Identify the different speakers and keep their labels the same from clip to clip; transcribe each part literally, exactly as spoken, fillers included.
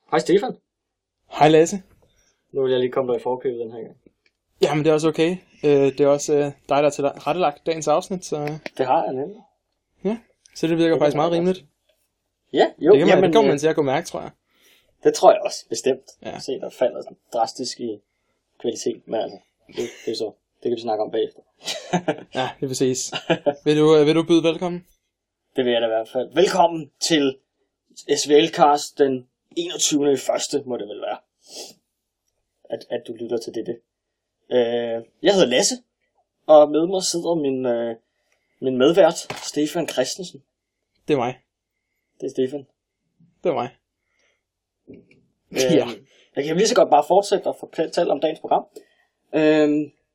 Speaker 1: Hej Stefan.
Speaker 2: Hej Lasse.
Speaker 1: Nu vil jeg lige komme dig i forkøbet den her gang.
Speaker 2: Jamen det er også okay. Det er også dig, der har tilrettelagt dagens afsnit. Så...
Speaker 1: Det har jeg nemlig.
Speaker 2: Ja, så det virker det faktisk meget rimeligt.
Speaker 1: Ja, jo.
Speaker 2: Det kan man, jamen, det kommer man til at kunne mærke, tror jeg.
Speaker 1: Det tror jeg også, bestemt.
Speaker 2: Ja.
Speaker 1: Se, der falder sådan drastisk i kvalitet. Men altså, det, det er så. Det kan vi snakke om bagefter.
Speaker 2: Ja, det vil ses. Vil du, vil du byde velkommen?
Speaker 1: Det vil jeg da i hvert fald. Velkommen til S V L-cast den enogtyvende i første, må det vel være. At, at du lytter til det. det. Øh, jeg hedder Lasse, og med mig sidder min, øh, min medvært, Stefan Christensen.
Speaker 2: Det er mig.
Speaker 1: Det er Stefan.
Speaker 2: Det er mig.
Speaker 1: Øh, ja. Jeg kan lige så godt bare fortsætte og fortælle om dagens program. Øh,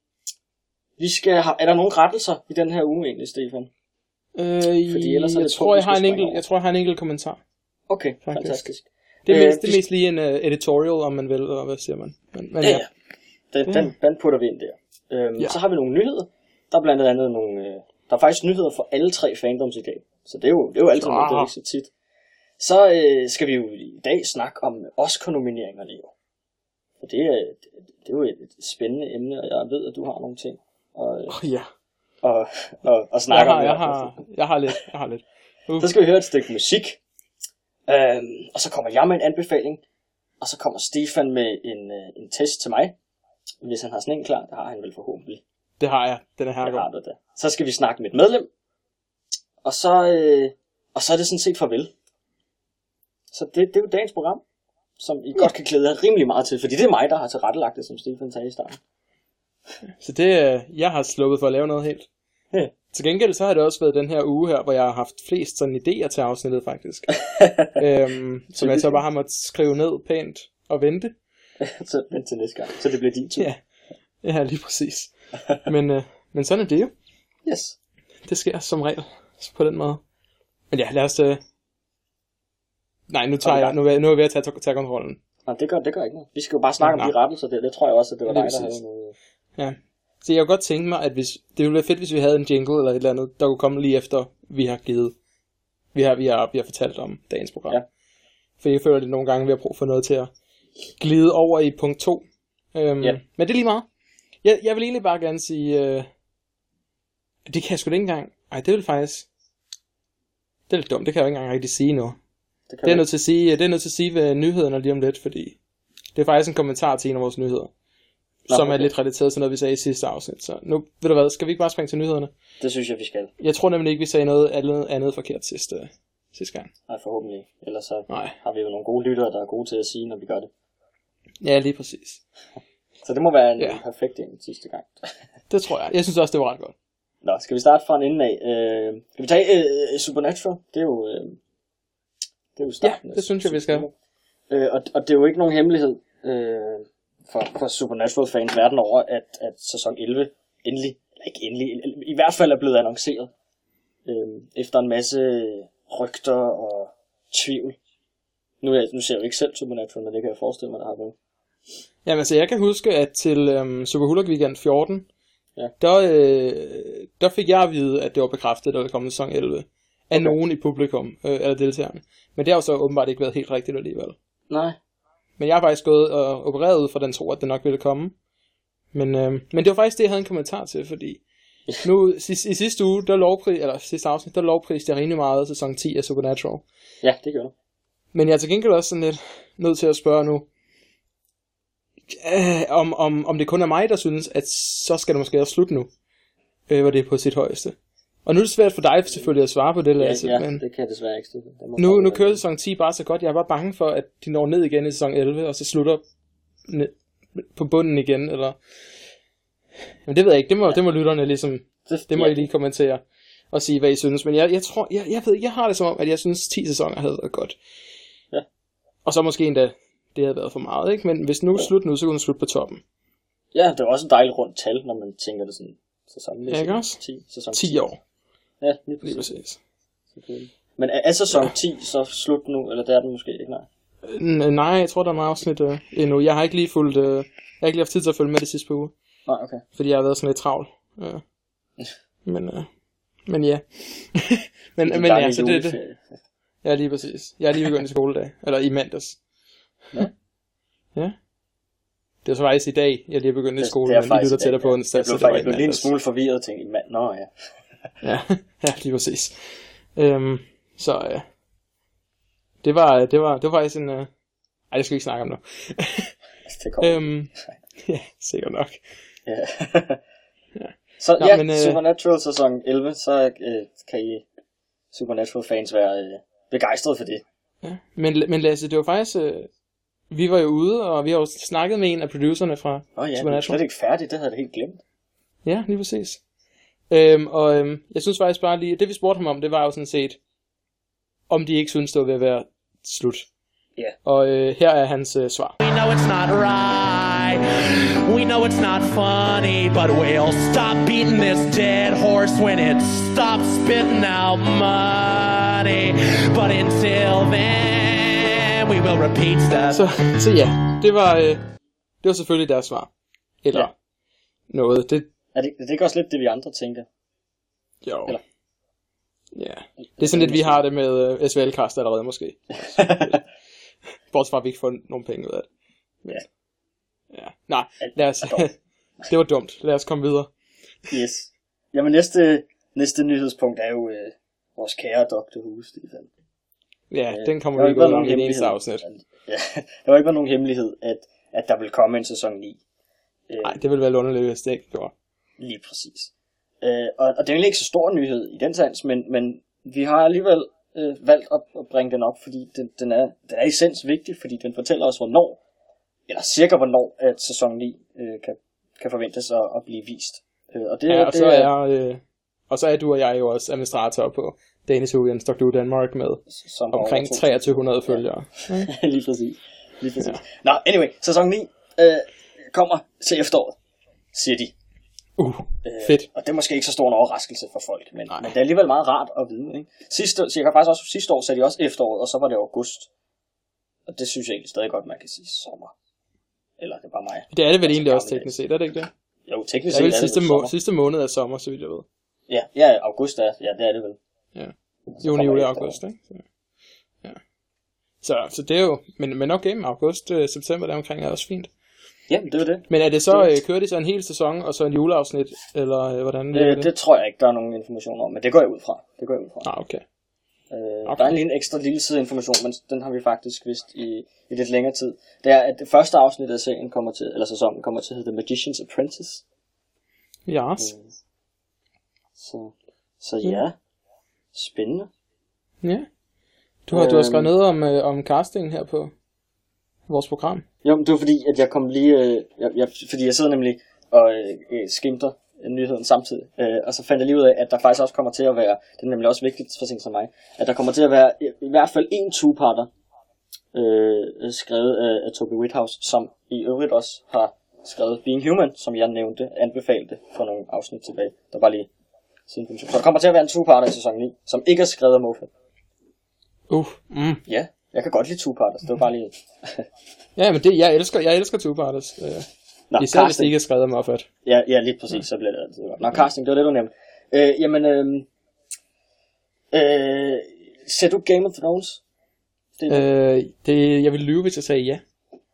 Speaker 1: vi skal have, er der nogle rettelser i den her uge egentlig, Stefan?
Speaker 2: Øh, Fordi ellers jeg, tror, jeg, har en enkelt, jeg tror, jeg har en enkelt kommentar.
Speaker 1: Okay, faktisk. Fantastisk.
Speaker 2: Det er mest, øh, det er mest lige en uh, editorial, om man vil, og hvad siger man. Men, men,
Speaker 1: ja, ja. Den, ja. Den, den putter vi ind der. Øhm, ja. Så har vi nogle nyheder. Der er blandt andet nogle... Øh, der er faktisk nyheder for alle tre fandoms i dag. Så det er jo, det er jo altid noget, det er ikke så tit. Så øh, skal vi jo i dag snakke om Oscar-nomineringerne jo. For det er, det, det er jo et, et spændende emne, og jeg ved, at du har nogle ting. Og, øh,
Speaker 2: oh, ja.
Speaker 1: og, og, og snakke
Speaker 2: jeg har,
Speaker 1: om.
Speaker 2: Jeg har, jeg har lidt. Jeg har lidt. Uh.
Speaker 1: Så skal vi høre et stykke musik. Øhm, og så kommer jeg med en anbefaling. Og så kommer Stefan med en, øh, en test til mig. Hvis han har sådan en klar, det har han vel forhåbentlig.
Speaker 2: Det har jeg, den er her.
Speaker 1: Det har du da. Så skal vi snakke med et medlem. Og så, øh, og så er det sådan set farvel. Så det, det er jo dagens program, som I ja. godt kan glæde jer rimelig meget til. Fordi det er mig, der har tilrettelagt det, som Stefan sagde i starten.
Speaker 2: Så det, jeg har sluppet for at lave noget helt. Ja. Til gengæld så har det også været den her uge her, hvor jeg har haft flest sådan idéer til afsnittet faktisk. øhm, som jeg så bare har måttet skrive ned pænt og vente.
Speaker 1: Så vent til næste gang, så det bliver din tur.
Speaker 2: Ja, ja lige præcis. men, øh, men sådan er det jo.
Speaker 1: Yes.
Speaker 2: Det sker som regel på den måde. Men ja, lad os... Øh... Nej, nu, tager jeg, nu, er, nu er jeg ved at tage, tage kontrollen.
Speaker 1: Nej, det gør, det gør ikke noget. Vi skal jo bare snakke ja, om de rettelser der. Det tror jeg også, at det var
Speaker 2: ja,
Speaker 1: dig, der havde noget.
Speaker 2: Ja. Så jeg kunne godt tænke mig, at hvis, det ville være fedt, hvis vi havde en jingle eller et eller andet, der kunne komme lige efter, vi har givet, vi har, vi har, vi har fortalt om dagens program. Ja. For jeg føler, at det nogle gange, vi har brug for noget til at glide over i punkt to. Øhm, ja. Men det er lige meget. Jeg, jeg vil egentlig bare gerne sige, øh, det kan jeg sgu da ikke engang. Ej, det vil faktisk, det er lidt dumt, det kan jeg jo ikke engang rigtig sige nu. Det, det er nødt til at sige, det er nødt til at sige ved nyhederne lige om lidt, fordi det er faktisk en kommentar til en af vores nyheder. Nå, som okay. er lidt relateret til noget, vi sagde i sidste afsnit. Så nu, ved du hvad, skal vi ikke bare springe til nyhederne?
Speaker 1: Det synes jeg, vi skal.
Speaker 2: Jeg tror nemlig ikke, vi sagde noget andet, andet forkert sidste, sidste gang.
Speaker 1: Nej, forhåbentlig. Ellers så
Speaker 2: Nej.
Speaker 1: har vi jo nogle gode lyttere, der er gode til at sige, når vi gør det.
Speaker 2: Ja, lige præcis.
Speaker 1: Så det må være en,
Speaker 2: ja.
Speaker 1: en perfekt en sidste gang.
Speaker 2: Det tror jeg. Jeg synes også, det var ret godt.
Speaker 1: Nå, skal vi starte fra en ende af? Øh, skal vi tage uh, Supernatural? Det er jo, uh, det er jo starten.
Speaker 2: Ja, det synes jeg, vi skal.
Speaker 1: Øh, og, og det er jo ikke nogen hemmelighed. Øh, For, for Supernatural-fans verden over, at, at sæson elleve endelig, ikke endelig, i hvert fald er blevet annonceret. Øhm, efter en masse rygter og tvivl. Nu, er, nu ser jeg jo ikke selv Supernatural, men det kan jeg forestille mig, der har været.
Speaker 2: Jamen altså, jeg kan huske, at til øhm, Superhulk Weekend fjorten, ja. der, øh, der fik jeg at vide, at det var bekræftet, at der ville komme sæson elleve. Af okay. nogen i publikum, øh, eller deltagerne. Men det har jo så åbenbart ikke været helt rigtigt alligevel.
Speaker 1: Nej.
Speaker 2: Men jeg har faktisk gået og opereret ud fra den tro, at det nok ville komme. Men, øh, men det var faktisk det, jeg havde en kommentar til, fordi nu i, i sidste uge, der lovpris, eller sidste afsnit, der lovpriste jeg rimelig meget sæson ti af Supernatural.
Speaker 1: Ja, det gør du.
Speaker 2: Men jeg er til gengæld også sådan lidt nødt til at spørge nu, øh, om, om, om det kun er mig, der synes, at så skal det måske også slutte nu, øh, hvor det er på sit højeste. Og nu er det svært for dig selvfølgelig at svare på det, Lasse.
Speaker 1: Ja, ja
Speaker 2: men
Speaker 1: det kan jeg desværre ikke stille.
Speaker 2: Nu, nu kører sæson ti bare så godt. Jeg er bare bange for, at de når ned igen i sæson elleve, og så slutter ned på bunden igen, eller... Men det ved jeg ikke. Det må, ja. det må lytterne ligesom... Det, det må ja. I lige kommentere og sige, hvad I synes. Men jeg, jeg tror... Jeg, jeg ved jeg har det som om, at jeg synes, ti sæsoner havde været godt.
Speaker 1: Ja. Og
Speaker 2: så måske endda, det havde været for meget, ikke? Men hvis nu ja. slut nu, så kunne den slutte på toppen.
Speaker 1: Ja, det er også et dejligt rundt tal, når man tænker det sådan... Sæson,
Speaker 2: ja, ikke også?
Speaker 1: ti, sæson
Speaker 2: ti år.
Speaker 1: Ja, lige præcis. Lige præcis. Men er, er sæson ti så slut nu, eller det er den måske ikke, nej?
Speaker 2: N- nej, jeg tror, der er meget afsnit øh, endnu. Jeg har ikke lige fulgt, øh, jeg har ikke lige haft tid til at følge med det sidste par uger.
Speaker 1: Nej, okay.
Speaker 2: Fordi jeg har været sådan lidt travl. Øh. men, øh, men ja. men, men ja, så det, det. Ja, lige præcis. Jeg er lige begyndt i skoledag, eller i mandags.
Speaker 1: Ja.
Speaker 2: Ja. Det var så faktisk i dag, jeg lige begyndte i skole,
Speaker 1: men
Speaker 2: lige lytter til dig på onsdag.
Speaker 1: Jeg blev, så jeg blev lige en smule forvirret og tænkte, mand, nå ja.
Speaker 2: ja, ja, lige præcis. Øhm, så ja. Det var, det var, det var faktisk en... Uh... Ej, det skal vi ikke snakke om nu.
Speaker 1: det kommer.
Speaker 2: øhm, ja, sikkert nok.
Speaker 1: Ja.
Speaker 2: ja.
Speaker 1: Så Nå, ja, men, uh... Supernatural sæson elleve, så uh, kan I Supernatural fans være uh, begejstrede for det.
Speaker 2: Ja, men, men Lasse, det var faktisk... Uh... Vi var jo ude, og vi har jo snakket med en af producerne fra
Speaker 1: Åh oh, ja,
Speaker 2: Supernatural.
Speaker 1: det er slet ikke færdigt, det havde jeg helt glemt.
Speaker 2: Ja, lige præcis. Øhm, og øhm, jeg synes faktisk bare lige, det vi spurgte ham om, det var jo sådan set, om de ikke synes det var ved at være slut.
Speaker 1: Ja. Yeah.
Speaker 2: Og øh, her er hans øh, svar.
Speaker 3: We know it's not right, we know it's not funny, but we'll stop beating this dead horse when it stops spitting out money. But until then, we will repeat that.
Speaker 2: Så, så ja, det var, øh, det var selvfølgelig deres svar. Eller ja. noget. Det,
Speaker 1: er det, det er ikke også lidt det, vi andre tænker?
Speaker 2: Jo.
Speaker 1: Eller?
Speaker 2: Ja. Det er sådan lidt, vi har det med øh, S V L-cast allerede måske. Bortset fra, at vi ikke får nogen penge ud af det.
Speaker 1: Ja.
Speaker 2: Ja. Nej, lad os... det var dumt. Lad os komme videre.
Speaker 1: Yes. Jamen næste, næste nyhedspunkt er jo øh, vores kære doktor Who, Stefan.
Speaker 2: Ja,
Speaker 1: øh,
Speaker 2: den kommer vi ikke ud om i det eneste afsnit.
Speaker 1: Ja, der var ikke været nogen hemmelighed, at, at der vil komme en sæson ni.
Speaker 2: Nej, øh, det ville være underligt, hvis det ikke gjorde.
Speaker 1: Lige præcis. Øh, og, og det er egentlig ikke så stor en nyhed i den sans, men, men vi har alligevel øh, valgt at, at bringe den op, fordi den, den, er, den er i essens vigtig, fordi den fortæller os, hvornår, eller cirka hvornår, at sæson ni øh, kan, kan forventes at, at blive vist. Øh, og, det,
Speaker 2: ja, og,
Speaker 1: det
Speaker 2: så
Speaker 1: er,
Speaker 2: er, øh, og så er du og jeg jo også administrator på Danish Who and Doctor Who Denmark med omkring treogtyve hundrede følgere.
Speaker 1: Ja. Lige præcis. Lige præcis. Ja. Nå, anyway, sæson ni øh, kommer til efteråret, siger de.
Speaker 2: Uh, fedt.
Speaker 1: Øh, og det er måske ikke så stor en overraskelse for folk, men, men det er alligevel meget rart at vide. Ikke? Sidste, så jeg kan faktisk også sidste år sagde de også efteråret, og så var det august. Og det synes jeg egentlig stadig godt, man kan sige sommer. Eller det er bare mig.
Speaker 2: Det er det vel egentlig også teknisk set, er det ikke det?
Speaker 1: Jo, teknisk
Speaker 2: set
Speaker 1: er det,
Speaker 2: sidste,
Speaker 1: det
Speaker 2: må- sidste måned af sommer, så vidt jeg ved.
Speaker 1: Ja, ja, august er, ja, det er det vel.
Speaker 2: Ja, juni, juli, august, ikke? Så, ja. Så, så det er jo, men, men okay, august, øh, september der omkring er også fint.
Speaker 1: Jamen, det er det.
Speaker 2: Men er det så, øh, kører de så en hel sæson, og så en juleafsnit, eller øh, hvordan?
Speaker 1: Øh, det? det tror jeg ikke, der er nogen information om, men det går jeg ud fra. Det går jeg ud fra.
Speaker 2: Ah, okay.
Speaker 1: Øh, okay. Der er en lille ekstra lille side information, men den har vi faktisk vidst i, i lidt længere tid. Det er, at det første afsnit af serien kommer til, eller sæsonen kommer til at hedde The Magician's Apprentice.
Speaker 2: Yes.
Speaker 1: Øh, så, så ja, mm. Spændende.
Speaker 2: Ja. Du har, øh, du har skrevet noget om, øh, om casting her på vores program.
Speaker 1: Jo, det var fordi, at jeg kom lige, øh, jeg, jeg, fordi jeg sidder nemlig og øh, skimter nyheden samtidig, øh, og så fandt jeg lige ud af, at der faktisk også kommer til at være, det er nemlig også vigtigt for sådan som mig, at der kommer til at være i, i hvert fald en two-parter øh, skrevet af, af Toby Whithouse, som i øvrigt også har skrevet Being Human, som jeg nævnte, anbefalte for nogle afsnit tilbage. Der var lige siden. Så der kommer til at være en two-parter i sæson ni, som ikke er skrevet af Moffat.
Speaker 2: Uh, mm.
Speaker 1: Ja, jeg kan godt lide two-parters, det var bare lige...
Speaker 2: Ja, men det, jeg elsker, jeg elsker two-parters. Øh, Nå, især casting. Hvis det ikke er skrevet af Moffat.
Speaker 1: Ja, ja, lige præcis, så bliver det altid godt. Nå, casting, det var det, du nævnte. Øh, jamen, øh, øh, ser du Game of Thrones?
Speaker 2: Det, øh, det, jeg vil lyve, hvis jeg sagde ja.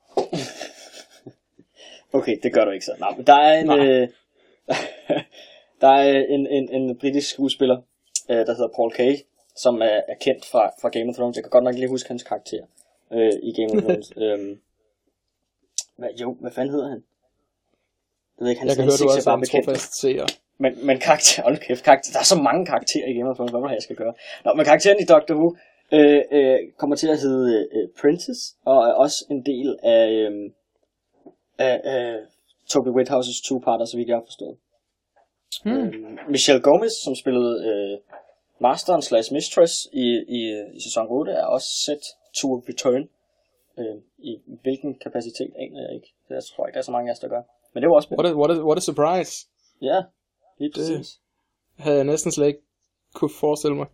Speaker 1: Okay, det gør du ikke så. Nå, men der er en... Øh, der er en, en, en britisk skuespiller, øh, der hedder Paul Kaye, som er, er kendt fra, fra Game of Thrones. Jeg kan godt nok lige huske hans karakter øh, i Game of Thrones. øhm, hvad, jo, hvad fanden hedder han? Jeg ved ikke, han
Speaker 2: jeg kan høre, du også er en trofast seer.
Speaker 1: Men, men karakter, hold kæft, karakter, der er så mange karakterer i Game of Thrones, hvad må jeg skal gøre? Nå, men karakteren i Doctor Who øh, øh, kommer til at hedde øh, Princess, og er også en del af, øh, af, af Toby Whithouses two-parter, så vidt jeg har forstået. Hmm. Øh, Michelle Gomez, som spillede øh, Masteren slash Mistress i, i, i sæson otte, er også set to return. Øh, I hvilken kapacitet aner jeg ikke. Det tror jeg ikke, der er så mange af os, der gør. Men det var også...
Speaker 2: What a, what a, what a surprise.
Speaker 1: Ja, lige præcis.
Speaker 2: Det havde jeg næsten slet ikke kunne forestille mig.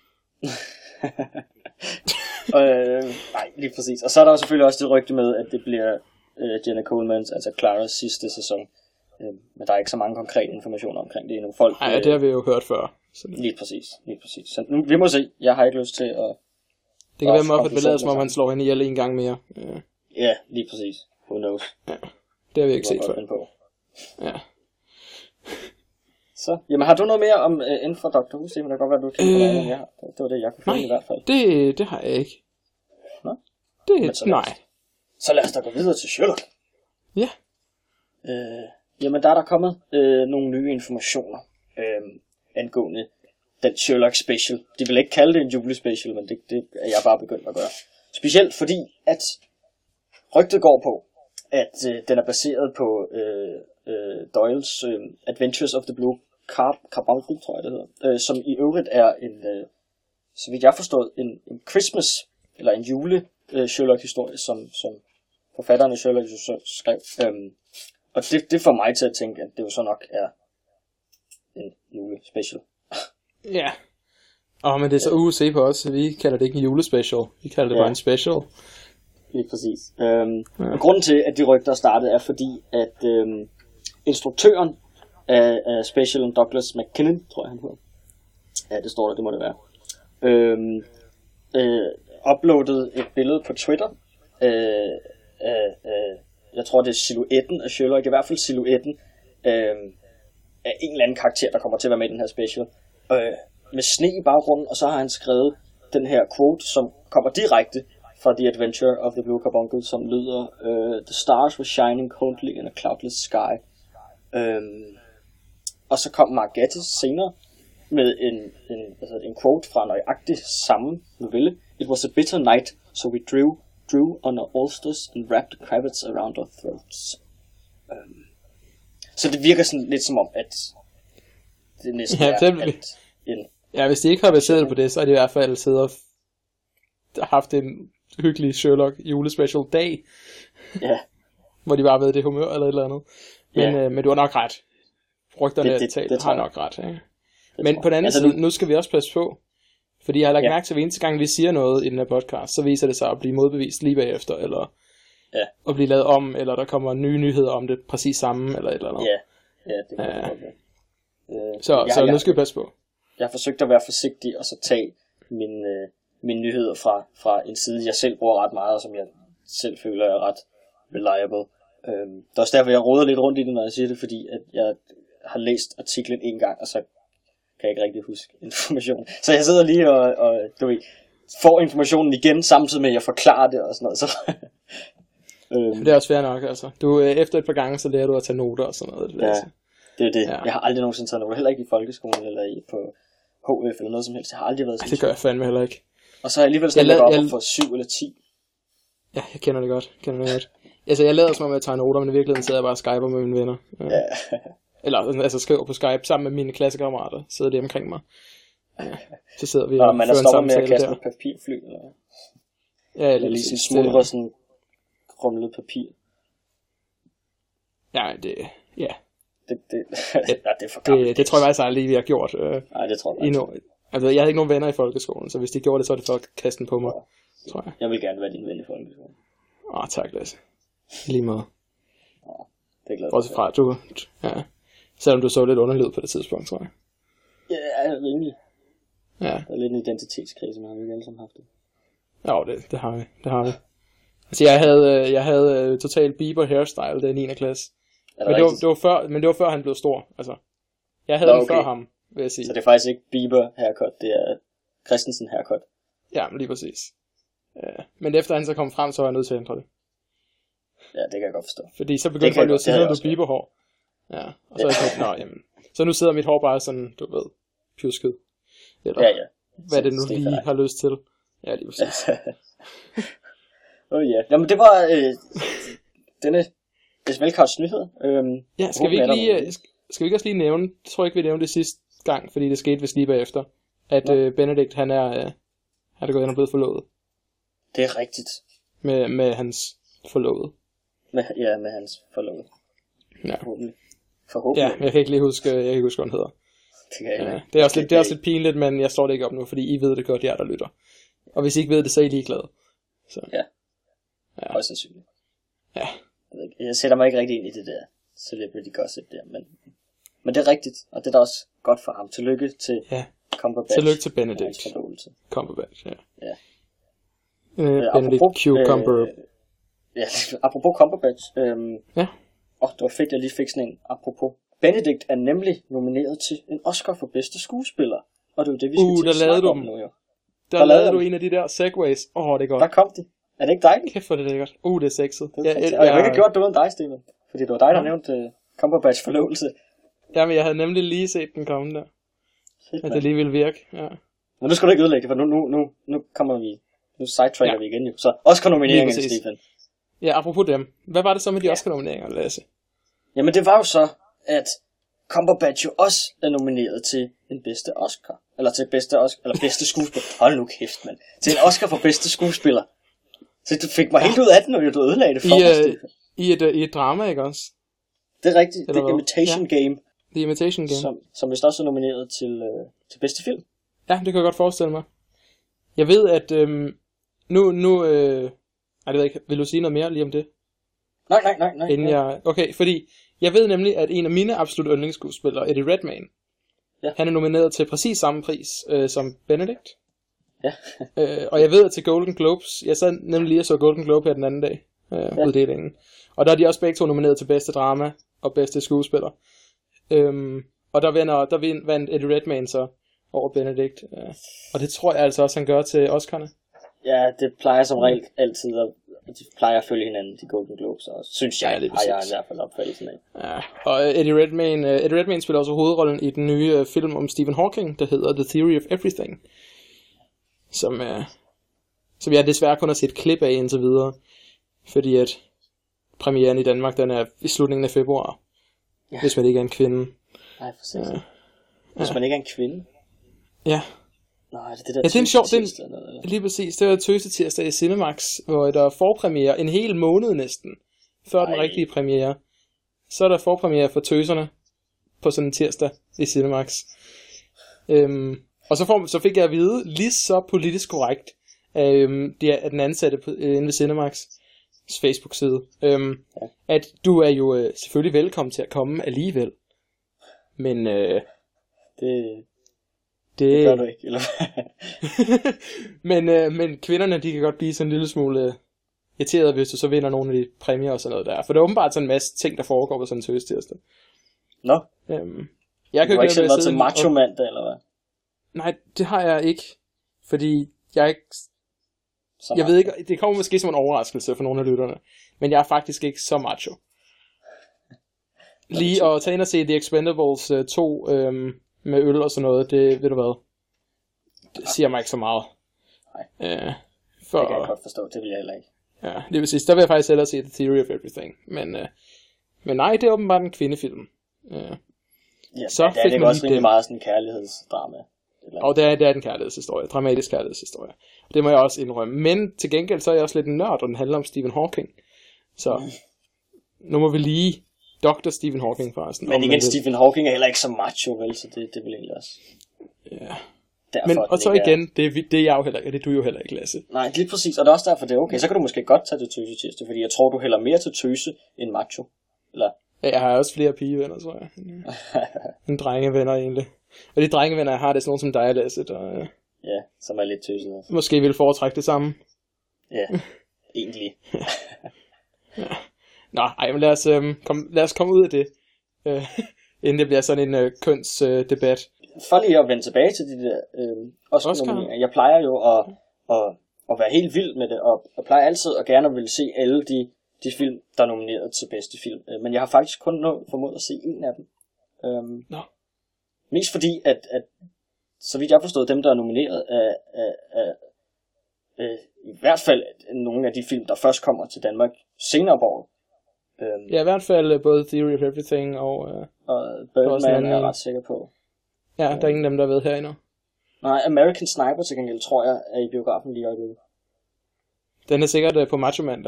Speaker 1: øh, nej, lige præcis. Og så er der jo selvfølgelig også det rygte med, at det bliver øh, Jenna Colemans, altså Claras sidste sæson. Øh, men der er ikke så mange konkrete informationer omkring det endnu. Folk,
Speaker 2: nej, øh, det har vi jo hørt før. Så...
Speaker 1: Lige præcis, lige præcis. Så nu, vi må se. Jeg har ikke lyst til at...
Speaker 2: Det kan være, at Moffat vil lade som om han slår hende ihjel en gang mere. Øh.
Speaker 1: Ja, lige præcis. Who knows?
Speaker 2: Ja, det har vi ikke set før.
Speaker 1: På.
Speaker 2: Ja.
Speaker 1: Så, jamen har du noget mere om uh, inden for Doctor Who? Det kan godt være, du kan øh, noget mere. Det var det, jeg kunne finde i hvert fald.
Speaker 2: det, det har jeg ikke.
Speaker 1: Nå?
Speaker 2: Det, så nej.
Speaker 1: Så lad os da gå videre til Sherlock.
Speaker 2: Ja.
Speaker 1: Øh, jamen der er der kommet øh, nogle nye informationer øh, angående den Sherlock special. De vil ikke kalde det en julespecial, men det, det er jeg bare begyndt at gøre. Specielt fordi, at rygtet går på, at øh, den er baseret på øh, øh, Doyles øh, Adventures of the Blue Car- Carbuncle, tror jeg det hedder. Øh, som i øvrigt er en, øh, så vidt jeg forstod, en, en Christmas, eller en jule øh, Sherlock-historie, som, som forfatterne Sherlock skrev. Øh, og det, det får mig til at tænke, at det jo så nok er en julespecial.
Speaker 2: Ja. Åh, men det er så U C på os. Vi kalder det ikke en julespecial. Vi kalder det ja. bare en special.
Speaker 1: Lige præcis. Øhm, ja. Og grunden til, at de rygter startede, er fordi, at øhm, instruktøren af, af specialen, Douglas McKinnon, tror jeg han hedder. Ja, det står der, det må det være. Øhm, øh, uploadede et billede på Twitter. Øh, øh, øh, jeg tror, det er silhuetten af Sherlock, i hvert fald silhuetten øh, af en eller anden karakter, der kommer til at være med i den her special. Øh, med sne i baggrunden, og så har han skrevet den her quote, som kommer direkte fra The Adventure of the Blue Carbuncle, som lyder uh, The stars were shining coldly in a cloudless sky. Um, og så kom Mark Gatiss senere med en, en, altså en quote fra nøjagtig samme novelle. It was a bitter night, so we drew, drew on our ulsters and wrapped cravats around our throats. Um, så det virker sådan lidt som om, at det næsten
Speaker 2: ja,
Speaker 1: er alt en...
Speaker 2: Ja, hvis de ikke har baseret på det, så er de i hvert fald siddet og haft en hyggelig Sherlock julespecial dag.
Speaker 1: Ja.
Speaker 2: Hvor de bare ved det humør eller et eller andet. Men, ja. øh, men du har nok ret. Rygterne det, det, talt det, det har nok ret. Ikke? Men på den anden altså, side, nu skal vi også passe på. Fordi jeg har lagt ja. mærke til, at hver eneste gang vi siger noget i den her podcast, så viser det sig at blive modbevist lige bagefter. Eller
Speaker 1: ja.
Speaker 2: at blive lavet om, eller der kommer nye nyheder om det præcis samme, eller et eller andet.
Speaker 1: Ja, ja det kan ja. godt
Speaker 2: øh, Så, jeg, så nu skal vi passe på.
Speaker 1: Jeg har forsøgt at være forsigtig og så tage mine, øh, mine nyheder fra, fra en side, jeg selv bruger ret meget, og som jeg selv føler er ret reliable. Øhm, det er også derfor, jeg roder lidt rundt i det, når jeg siger det, fordi at jeg har læst artiklen en gang, og så kan jeg ikke rigtig huske informationen. Så jeg sidder lige og, og du ved, får informationen igen, samtidig med at jeg forklarer det og sådan noget. Så
Speaker 2: øhm. Det er også fair nok, altså. Du, efter et par gange, så lærer du at tage noter og sådan noget. Det,
Speaker 1: ja,
Speaker 2: altså.
Speaker 1: det er det. Ja. Jeg har aldrig nogensinde taget noter, heller ikke i folkeskolen eller i, på H F eller noget som helst. Jeg har aldrig været sådan.
Speaker 2: Det gør jeg fandme heller ikke.
Speaker 1: Og så har jeg alligevel sådan jeg op jeg... for syv eller ti.
Speaker 2: Ja, jeg kender det godt. Jeg kender det godt. Altså, jeg lader som om, at jeg tager noter, men i virkeligheden sidder jeg bare og skyper med mine venner. Ja. Ja. Eller altså skriver på Skype sammen med mine klassekammerater. Sidder de omkring mig. Ja. Så sidder vi
Speaker 1: og
Speaker 2: og
Speaker 1: man er stopper med at kaste et papirfly, eller?
Speaker 2: Ja,
Speaker 1: eller lige sådan smuldre sådan rumlet papir.
Speaker 2: Ja, det... Ja.
Speaker 1: Det, det, ja, det er for
Speaker 2: gammelt. Det, det tror jeg faktisk aldrig, vi har gjort. Øh,
Speaker 1: Nej, det tror jeg
Speaker 2: endnu. Altså, jeg havde ikke nogen venner i folkeskolen, så hvis de gjorde det, så var det for at kaste den på mig, ja. tror jeg.
Speaker 1: Jeg vil gerne være din ven i folkeskolen.
Speaker 2: Åh, oh, tak, Lasse. Lige meget.
Speaker 1: Ja, det er glad.
Speaker 2: Også fra, du... Ja. Selvom du så lidt underlyd på det tidspunkt, tror jeg.
Speaker 1: Ja, rimelig.
Speaker 2: Ja.
Speaker 1: Der er lidt en identitetskrise, men har vi ikke alle sammen haft det.
Speaker 2: Ja, det, det har vi. Det har vi. Altså, jeg havde, jeg havde uh, total Bieber hairstyle, det er niende klasse. Men det, var, det var før, men det var før han blev stor, altså. Jeg havde Nå, okay. den før ham, vil jeg sige.
Speaker 1: Så det er faktisk ikke Bieber haircut, det er Christensen haircut.
Speaker 2: Ja, men lige præcis. Ja. Men efter han så kom frem, så var jeg nødt til at ændre det.
Speaker 1: Ja, det kan jeg godt forstå.
Speaker 2: Fordi så begyndte folk jo at sige, at du Bieber hår. Ja, og så ja. er jeg tænkt, nå jamen. Så nu sidder mit hår bare sådan, du ved, pjusket. Eller
Speaker 1: ja, ja.
Speaker 2: hvad det nu lige har lyst til. Ja, lige præcis.
Speaker 1: Åh oh, ja, jamen det var øh, denne Velkarts nyhed. Øhm,
Speaker 2: ja, skal vi, ikke lige, skal vi ikke også lige nævne, jeg tror ikke vi nævnte det sidste gang, fordi det skete vist lige bagefter, at ja. øh, Benedict han er, øh, han er gået ind og blevet forlovet.
Speaker 1: Det er rigtigt.
Speaker 2: Med, med hans forlovede.
Speaker 1: Med, ja, med hans forlovede.
Speaker 2: Ja.
Speaker 1: Forhåbentlig. Forhåbentlig.
Speaker 2: Ja, jeg kan ikke lige huske, jeg kan ikke huske, hvad han hedder.
Speaker 1: Det, kan jeg
Speaker 2: ja, det er også lidt, det er også lidt pinligt, men jeg står det ikke op nu, fordi I ved det godt, jer der lytter. Og hvis I ikke ved det, så er I ligeglade. Så.
Speaker 1: Ja.
Speaker 2: Ja.
Speaker 1: Højst sandsynligt.
Speaker 2: Ja.
Speaker 1: Jeg sætter mig ikke rigtig ind i det der celebrity gossip der, men, men det er rigtigt, og det er da også godt for ham. Tillykke til
Speaker 2: ja.
Speaker 1: Cumberbatch.
Speaker 2: Tillykke til Benedict. Cumberbatch, ja.
Speaker 1: ja.
Speaker 2: Uh, Benedict Cucumber. Øh,
Speaker 1: ja, apropos Cumberbatch. Øhm,
Speaker 2: ja.
Speaker 1: Åh, det var fedt, jeg lige fik sådan en apropos. Benedict er nemlig nomineret til en Oscar for bedste skuespiller. Og det er jo det, vi skal
Speaker 2: uh,
Speaker 1: til at snakke om nu, jo.
Speaker 2: Der, der lavede du en af de der segways. Åh, oh, det er godt.
Speaker 1: Der kom de. Er det ikke dejligt?
Speaker 2: Kæft for det, det er godt. Uh, det er sexet.
Speaker 1: Det er ja, jeg, og jeg har ikke gjort det uden dig, Steven. Fordi det var dig, der ja. nævnte uh, Cumberbatch forlovelse.
Speaker 2: Jamen, jeg havde nemlig lige set den komme der. Fedt, at det lige ville virke, ja.
Speaker 1: Men nu skal du ikke ødelægge det, for nu, nu, nu, nu kommer vi... Nu sidetracker ja. vi igen jo. Så Oscar-nomineringen, Steven.
Speaker 2: Ja, apropos dem. Hvad var det så med de ja. Oscar-nomineringer, Lasse?
Speaker 1: Jamen, det var jo så, at Cumberbatch jo også er nomineret til en bedste Oscar. Eller til bedste Oscar, eller bedste skuespiller. Hold nu kæft, mand. Til en Oscar for bedste skuespiller. Så du fik mig helt ud af den, når du ødelagde det for
Speaker 2: I,
Speaker 1: mig,
Speaker 2: uh, i, et, uh, I et drama, ikke også?
Speaker 1: Det er rigtigt. Eller The Imitation ja. Game.
Speaker 2: The Imitation Game.
Speaker 1: Som, som vist også er nomineret til, uh, til bedste film.
Speaker 2: Ja, det kan jeg godt forestille mig. Jeg ved, at øhm, nu... nu øh, ej, det ved jeg ikke. Vil du sige noget mere lige om det?
Speaker 1: Nej, nej, nej. nej,
Speaker 2: Inden jeg, okay, fordi jeg ved nemlig, at en af mine absolut yndlingsskuespillere, Eddie Redmayne, ja. Han er nomineret til præcis samme pris øh, som Benedict.
Speaker 1: Ja.
Speaker 2: øh, og jeg ved, at til Golden Globes, jeg sad nemlig lige og så Golden Globe her den anden dag, øh, ja. Uddelingen. Og der er de også begge to nomineret til bedste drama og bedste skuespiller. Øhm, og der vinder, der vandt Eddie Redmayne så over Benedict. Øh, og det tror jeg altså også, han gør til Oscar'ne.
Speaker 1: Ja, det plejer som regel altid at, de plejer at følge hinanden, de Golden Globes, og synes jeg, ja, det har jeg i hvert fald opfattelsen af.
Speaker 2: Ja, og Eddie Redmayne, uh, Eddie Redmayne spiller også hovedrollen i den nye uh, film om Stephen Hawking, der hedder The Theory of Everything, som, uh, som jeg desværre kun har set klip af indtil videre, fordi at premieren i Danmark, den er i slutningen af februar, ja. Hvis man ikke er en kvinde.
Speaker 1: Nej, for sig. Uh, hvis ja. man ikke er en kvinde?
Speaker 2: Ja.
Speaker 1: Nej, det er det der
Speaker 2: ja, det er en sjov,
Speaker 1: tirsdag,
Speaker 2: den, eller? Lige præcis, det var tøse tirsdag i Cinemax, hvor der er forpremiere en hel måned næsten, før Ej. Den rigtige premiere. Så er der forpremiere for tøserne på sådan en tirsdag i Cinemax. Øhm, og så, får, så fik jeg at vide, lige så politisk korrekt, øhm, det er, at den ansatte på, øh, inde ved Cinemax Facebook-side, øhm, ja. At du er jo øh, selvfølgelig velkommen til at komme alligevel. Men øh,
Speaker 1: det...
Speaker 2: Det,
Speaker 1: det gør du ikke, eller
Speaker 2: men, øh, men kvinderne, de kan godt blive sådan en lille smule øh, irriteret, hvis du så vinder nogle af de præmier og sådan noget der. For det er åbenbart sådan en masse ting, der foregår på sådan en tøstirsdag.
Speaker 1: Nå.
Speaker 2: Øhm, jeg
Speaker 1: du har ikke selv været til macho mandag, eller hvad?
Speaker 2: Nej, det har jeg ikke. Fordi jeg ikke... Så jeg ved ikke, det kommer måske som en overraskelse for nogle af lytterne. Men jeg er faktisk ikke så macho. Lige at tage ind og se The Expendables uh, to... Øhm, med øl og sådan noget, det ved du hvad, det siger mig ikke så meget.
Speaker 1: Nej,
Speaker 2: øh, for,
Speaker 1: det kan jeg godt forstå, det vil jeg heller ikke.
Speaker 2: Ja, lige præcis, der vil jeg faktisk hellere se The Theory of Everything, men, øh, men nej, det er åbenbart en kvindefilm. Øh,
Speaker 1: ja, så det er, det er også rimelig meget sådan en kærlighedsdrama.
Speaker 2: Og det er, det er en kærlighedshistorie, dramatisk kærlighedshistorie. Det må jeg også indrømme, men til gengæld så er jeg også lidt en nørd, og den handler om Stephen Hawking. Så mm. nu må vi lige... doktor Stephen Hawking forresten.
Speaker 1: Men igen, Stephen Hawking er heller ikke så macho, vel, så det, det vil egentlig også.
Speaker 2: Ja.
Speaker 1: Derfor,
Speaker 2: men, og så igen, er... det, det er jeg jo heller ikke, og det er du jo heller ikke, Lasse.
Speaker 1: Nej, lige præcis, og det er også derfor, det er okay. Så kan du måske godt tage til tøse tirsdag, fordi jeg tror, du hælder mere til tøse end macho. Eller?
Speaker 2: Ja, jeg har også flere pigevenner, tror jeg. En drengevenner egentlig. Og de drengevenner, jeg har, det er sådan nogle som dig, Lasse. Der, øh...
Speaker 1: ja, som er lidt tøset også.
Speaker 2: Måske vil foretrække det samme.
Speaker 1: Ja, egentlig.
Speaker 2: Ja. Nå, ej, men lad os, øhm, kom, lad os komme ud af det, øh, inden det bliver sådan en øh, kønsdebat. Øh,
Speaker 1: For lige at vende tilbage til de der øh, Oscar-nomineringer. Jeg plejer jo at, at, at være helt vild med det, og jeg plejer altid at gerne vil se alle de, de film, der er nomineret til bedste film. Men jeg har faktisk kun nået formået at se en af dem. Øhm,
Speaker 2: Nå.
Speaker 1: Mest fordi, at, at så vidt jeg har forstået, dem der er nomineret er, er, er, er i hvert fald nogle af de film, der først kommer til Danmark senere på året.
Speaker 2: Um, ja, i hvert fald både Theory of Everything og... Uh,
Speaker 1: og Birdman er jeg ret sikker på.
Speaker 2: Ja, der er ingen af dem, der ved her endnu.
Speaker 1: Nej, American Sniper til gengæld, tror jeg, er i biografen lige i øjeblikket.
Speaker 2: Den er sikkert uh, på Macho Mandag.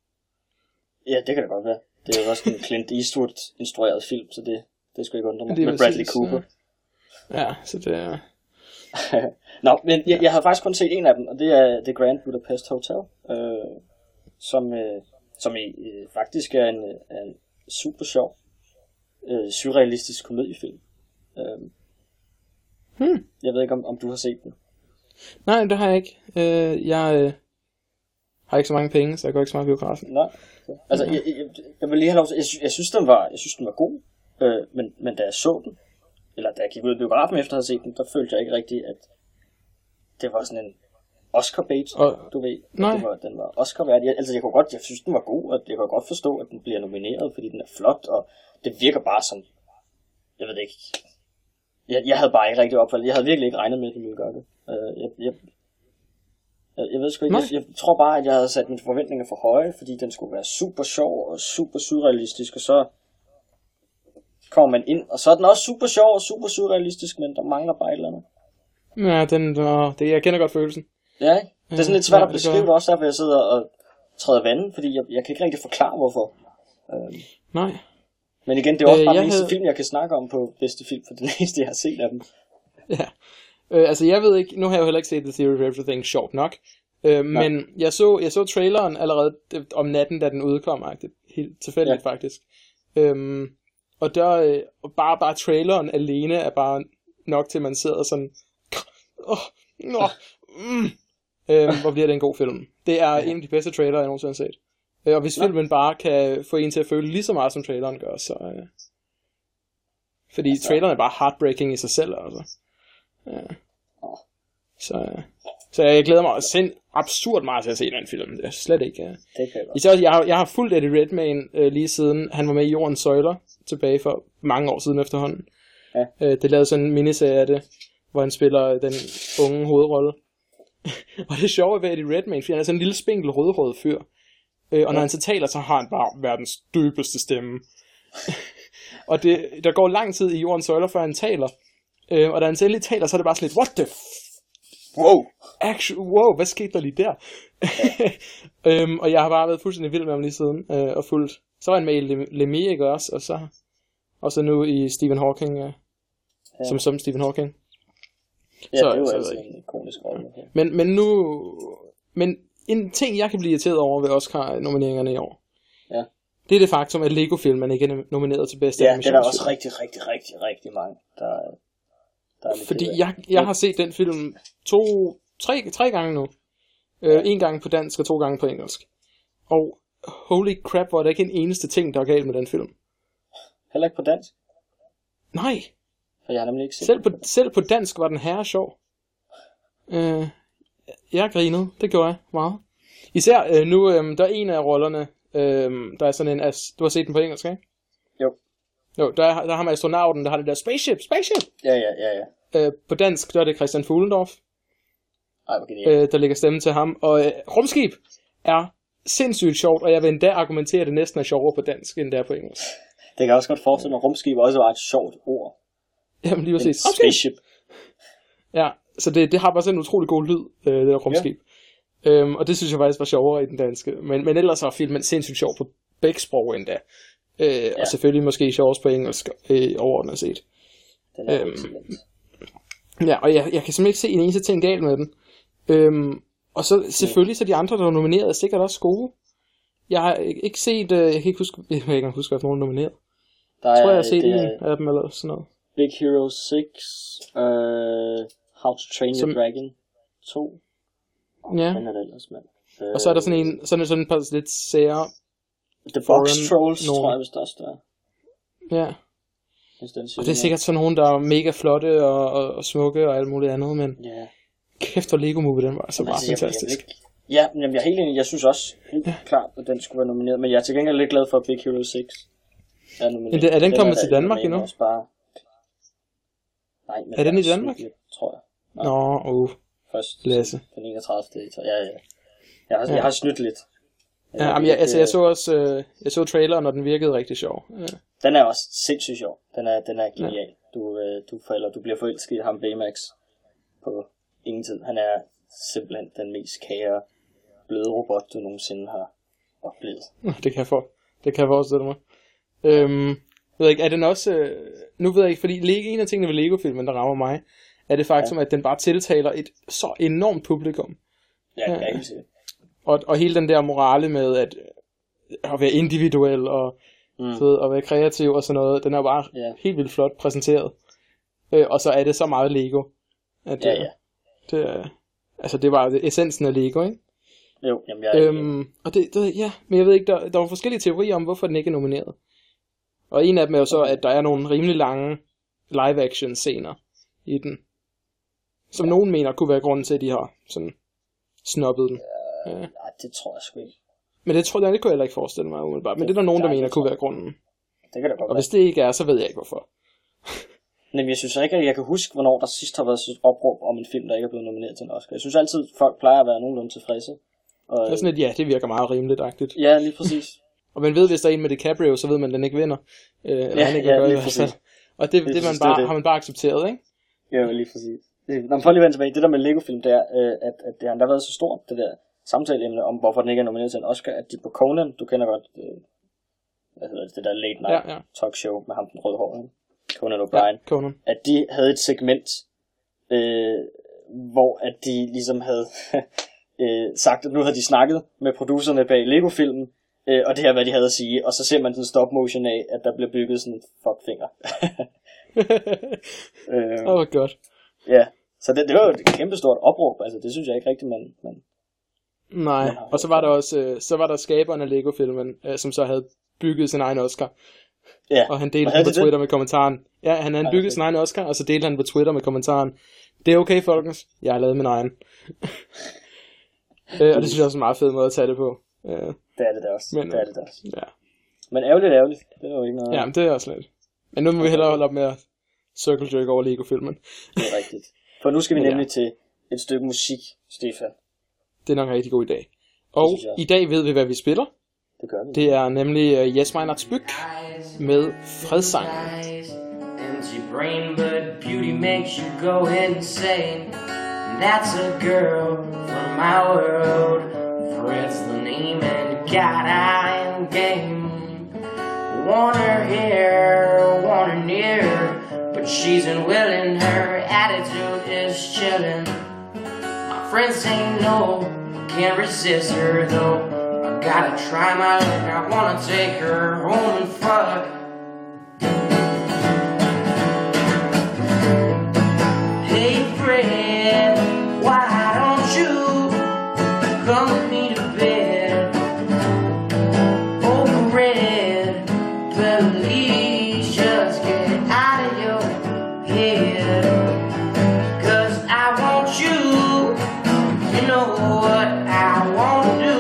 Speaker 1: Ja, det kan det godt være. Det er jo også en Clint Eastwood-instrueret film, så det, det skulle ikke undre mig. Med Bradley præcis, Cooper.
Speaker 2: Ja, ja så det er...
Speaker 1: Nå, men jeg, jeg havde faktisk kun set en af dem, og det er The Grand Budapest Hotel, øh, som... Øh, som i, øh, faktisk er en, er en super sjov, øh, surrealistisk komediefilm. Øh, hmm. Jeg ved ikke, om, om du har set den.
Speaker 2: Nej, det har jeg ikke. Øh, jeg øh, har ikke så mange penge, så jeg går ikke så meget i biografen.
Speaker 1: Nej. Altså, jeg, jeg, jeg vil lige have lov til, jeg, jeg synes, den var, jeg synes, den var god, øh, men, men da jeg så den, eller da jeg gik ud i biografen efter at have set den, der følte jeg ikke rigtigt, at det var sådan en Oscar-bait, og, du ved. Det var, den var Oscar-værdig. Altså, jeg kunne godt, jeg synes, den var god, og jeg kan godt forstå, at den bliver nomineret, fordi den er flot, og det virker bare som, jeg ved ikke, jeg, jeg havde bare ikke rigtig opfattet, jeg havde virkelig ikke regnet med, at den ville gøre det. Uh, jeg, jeg, jeg, jeg ved sgu ikke, jeg, jeg tror bare, at jeg havde sat mine forventninger for høje, fordi den skulle være super sjov og super surrealistisk, og så kommer man ind, og så er den også super sjov og super surrealistisk, men der mangler bare et eller andet.
Speaker 2: Ja, den, øh, det, jeg kender godt følelsen.
Speaker 1: Ja, ikke? Det er sådan lidt svært ja, at beskrive det også, derfor jeg sidder og træder vandet, fordi jeg, jeg kan ikke rigtig forklare, hvorfor. Uh,
Speaker 2: Nej.
Speaker 1: Men igen, det er også
Speaker 2: øh,
Speaker 1: bare den eneste
Speaker 2: havde...
Speaker 1: film, jeg kan snakke om på bedste film, for det næste, jeg har set af dem.
Speaker 2: Ja, øh, altså jeg ved ikke, nu har jeg jo heller ikke set The Theory of Everything, sjovt nok. Øh, men jeg så, jeg så traileren allerede om natten, da den udkom, helt tilfældigt ja. faktisk. Øhm, og der, øh, bare, bare traileren alene er bare nok til, at man sidder sådan, åh, oh, mm. øhm, hvor bliver det en god film. Det er ja. en af de bedste trailere, jeg nogensinde har set. Øh, og hvis ja. filmen bare kan få en til at føle lige så meget, som traileren gør, så... Øh, fordi ja. traileren er bare heartbreaking i sig selv, altså. Ja. Så... Øh. Så jeg glæder mig sind absurd meget til at se den film. Det er slet ikke... Uh...
Speaker 1: Det kan jeg
Speaker 2: Især, jeg har, jeg har fulgt Eddie Redmayne uh, lige siden han var med i Jordens Søjler, tilbage for mange år siden efterhånden.
Speaker 1: Ja.
Speaker 2: Uh, det lavede sådan en miniserie af det, hvor han spiller den unge hovedrolle. Og det er sjovt ved Eddie Redmayne, fordi han er sådan en lille spinkel rødhåret fyr. Uh, og når ja. han så taler, så har han bare verdens dybeste stemme. Og det, der går lang tid i Jordens Søjler, før han taler. Uh, og da han så endelig taler, så er det bare sådan lidt, what the f***?
Speaker 1: Wow.
Speaker 2: Actually, wow, hvad skete der lige der? øhm, og jeg har bare været fuldstændig vild med ham lige siden, øh, og fuldt. Så var han med i Lemmy, ikke også? Og så, og så nu i Stephen Hawking, øh, ja. som, som Stephen Hawking.
Speaker 1: Ja, så, det er jo altså en ikonisk rolle. Ja.
Speaker 2: Men, men nu, men en ting, jeg kan blive irriteret over ved Oscar-nomineringerne i år,
Speaker 1: ja.
Speaker 2: det er det faktum, at Lego-filmen ikke er nomineret til bedste
Speaker 1: ja, animationsfilm. Ja, det er der også rigtig, rigtig, rigtig, rigtig mange, der
Speaker 2: Fordi jeg, jeg har set den film to, tre, tre gange nu. Øh, en gang på dansk og to gange på engelsk. Og holy crap, var der ikke en eneste ting, der var galt med den film.
Speaker 1: Heller ikke på dansk?
Speaker 2: Nej.
Speaker 1: For jeg har nemlig ikke set
Speaker 2: selv på, selv på dansk var den herre sjov. Øh, jeg grinede, det gjorde jeg meget. Især øh, nu, øh, der er en af rollerne, øh, der er sådan en, as, du har set den på engelsk, ikke?
Speaker 1: Jo.
Speaker 2: Jo, der, der har man astronauten, der har det der spaceship, spaceship!
Speaker 1: Ja, ja, ja, ja.
Speaker 2: Øh, på dansk, der er det Christian Fuglendorf,
Speaker 1: Ej, okay,
Speaker 2: øh, der lægger stemme til ham. Og øh, rumskib er sindssygt sjovt, og jeg vil endda argumentere, at det næsten er sjovere på dansk, end det er på engelsk.
Speaker 1: Det kan også godt forestille mig, at rumskib også var et sjovt ord.
Speaker 2: Jamen lige præcis.
Speaker 1: Spaceship.
Speaker 2: Ja, så det, det har bare sådan en utrolig god lyd, øh, det der rumskib. Ja. Øhm, og det synes jeg faktisk var sjovere i den danske. Men, men ellers har filmen sindssygt sjov på begge sprog endda. Øh, ja. Og selvfølgelig måske sjovest på engelsk øh, overordnet set.
Speaker 1: Den er øhm,
Speaker 2: ja, og jeg, jeg kan simpelthen ikke se en eneste ting galt med den. Øhm, og så selvfølgelig så de andre, der er nomineret, er sikkert også gode. Jeg har ikke set, øh, jeg kan ikke huske, jeg kan ikke huske, at nogen er nomineret. Der er, jeg tror, jeg har set en af dem eller sådan noget.
Speaker 1: Big Hero seks, uh, How to Train Your Som, Dragon to.
Speaker 2: Ja.
Speaker 1: Den er det ellers, mand.
Speaker 2: Uh, og så er der sådan en, sådan, sådan et par lidt sære...
Speaker 1: The Box Trolls, nogen. Tror jeg, hvis der også er.
Speaker 2: Ja. Og det er sikkert sådan nogen, der er mega flotte og, og, og smukke og alt muligt andet, men
Speaker 1: yeah.
Speaker 2: kæft og Lego Movie, den var altså bare altså, fantastisk.
Speaker 1: Jeg, jeg ja, men jeg er helt enig, jeg synes også helt ja. klart, at den skulle være nomineret, men jeg er til gengæld lidt glad for, at Big Hero seks er nomineret.
Speaker 2: Men det, er den, den kommet til Danmark endnu?
Speaker 1: Bare... Nej, men
Speaker 2: er den i Danmark?
Speaker 1: Lidt, tror jeg.
Speaker 2: Nej. Nå, uh.
Speaker 1: Først
Speaker 2: Lasse.
Speaker 1: Den enogtredivte Ja, ja. Jeg har, ja. jeg har snydt lidt.
Speaker 2: Ja, jamen, jeg, altså, jeg så også øh, jeg så traileren, og den virkede rigtig sjov. Ja.
Speaker 1: Den er også sindssygt sjov. Den er, den er genial. Ja. Du, øh, du, forælder, du bliver forelsket i ham Baymax på ingen tid. Han er simpelthen den mest kære bløde robot, du nogensinde har oplevet.
Speaker 2: Det kan jeg, for, det kan jeg forestille mig. Øhm, ved jeg ikke, er den også... Øh, nu ved jeg ikke, fordi en af tingene ved Lego-filmen, der rammer mig, er det faktum, ja. at den bare tiltaler et så enormt publikum.
Speaker 1: Ja, det er helt sikkert.
Speaker 2: Og, og hele den der morale med at, at være individuel og, mm. så, og være kreativ og sådan noget, den er bare yeah. helt vildt flot præsenteret. Øh, og så er det så meget Lego. At,
Speaker 1: ja, ja.
Speaker 2: Det, altså det var essensen af Lego, ikke?
Speaker 1: Jo, jamen jeg er
Speaker 2: øhm, og det, det, ja, men jeg ved ikke, der, der var forskellige teorier om, hvorfor den ikke er nomineret. Og en af dem er jo så, at der er nogle rimelig lange live-action scener i den, som ja. nogen mener kunne være grunden til, at de har sådan snobbet den.
Speaker 1: Ja, ja. Nej, det tror jeg sgu ikke.
Speaker 2: Men det tror jeg, det kunne jeg heller ikke forestille mig umiddelbart. Men det, det er der nogen, der mener kunne være grunden.
Speaker 1: Det kan det godt
Speaker 2: Og
Speaker 1: være.
Speaker 2: hvis det ikke er, så ved jeg ikke hvorfor.
Speaker 1: Men jeg synes ikke, at jeg kan huske, hvornår der sidst har været opråb om en film, der ikke er blevet nomineret til en Oscar. Jeg synes altid, folk plejer at være nogenlunde tilfredse. Og...
Speaker 2: Det er sådan et, ja, det virker meget rimeligt-agtigt.
Speaker 1: Ja, lige præcis.
Speaker 2: Og man ved, hvis der er en med DiCaprio, så ved man, at den ikke vinder. Øh, eller
Speaker 1: ja,
Speaker 2: han ikke
Speaker 1: ja,
Speaker 2: gør,
Speaker 1: lige præcis.
Speaker 2: Og det, det, det, man bare, det. har man bare accepteret, ikke?
Speaker 1: Ja, lige præcis. Når man får lige vendt tilbage, det der med Lego-film, det er, at, at det har endda været så stort, det der samtaleemne om, hvorfor den ikke er nomineret til en Oscar, at de på Conan, du kender godt, øh, hvad hedder det, det der late night ja, ja. talk show med ham den røde hår, ikke? Conan O'Brien,
Speaker 2: ja, Conan.
Speaker 1: At de havde et segment, øh, hvor at de ligesom havde øh, sagt, at nu havde de snakket med producerne bag Lego-filmen, øh, og det her, hvad de havde at sige, og så ser man den stop motion af, at der blev bygget sådan en fuckfinger.
Speaker 2: øh, det var godt.
Speaker 1: Ja, så det, det var jo et kæmpestort opråb, altså det synes jeg ikke rigtigt, man... man
Speaker 2: Nej, man og så var der også, øh, så var der skaberen af Lego-filmen, øh, som så havde bygget sin egen Oscar.
Speaker 1: Ja.
Speaker 2: Og han delte den på Twitter det? med kommentaren. Ja, han havde bygget okay. sin egen Oscar, og så delte han på Twitter med kommentaren. Det er okay, folkens. Jeg har lavet min egen. øh, og det synes jeg også er en meget fed måde at tage det på. Øh,
Speaker 1: det er det da også.
Speaker 2: Men,
Speaker 1: det er det da også.
Speaker 2: Ja.
Speaker 1: Men ærgerligt, ærgerligt. Det er jo ikke noget.
Speaker 2: Ja, men det er også lidt. Men nu må vi hellere holde op med at circle jerk over Lego-filmen.
Speaker 1: Det er rigtigt. For nu skal vi nemlig ja. til et stykke musik, Stefan.
Speaker 2: Det er nok en rigtig god dag. Og i dag ved vi, hvad vi spiller.
Speaker 1: Det gør vi.
Speaker 2: Det er nemlig uh, Yes Mine Not Spyk med Fredsang.
Speaker 4: Empty brain, but beauty makes you go insane. That's a girl from my world. Fred's the name and God I am game. Want her here, want her near, but she's unwilling. Her attitude is chillin'. My friends say no, can't resist her though. Gotta try my luck, I wanna take her home and fuck. Hey friend, why don't you come with me to bed? Oh red, please just get out of your head. Cause I want you, you know what I wanna do.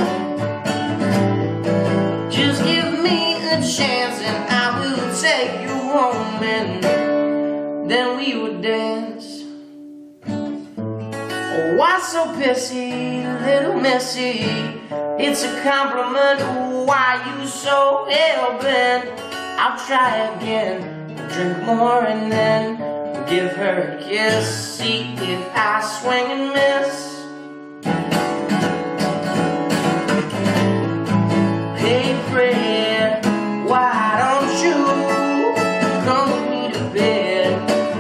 Speaker 4: Chance and I will take you home and then we would dance. Oh, why so pissy, little missy? It's a compliment, why you so hell-bent? I'll try again, drink more and then give her a kiss. See if I swing and miss. Hey friend, why don't you come with me to bed?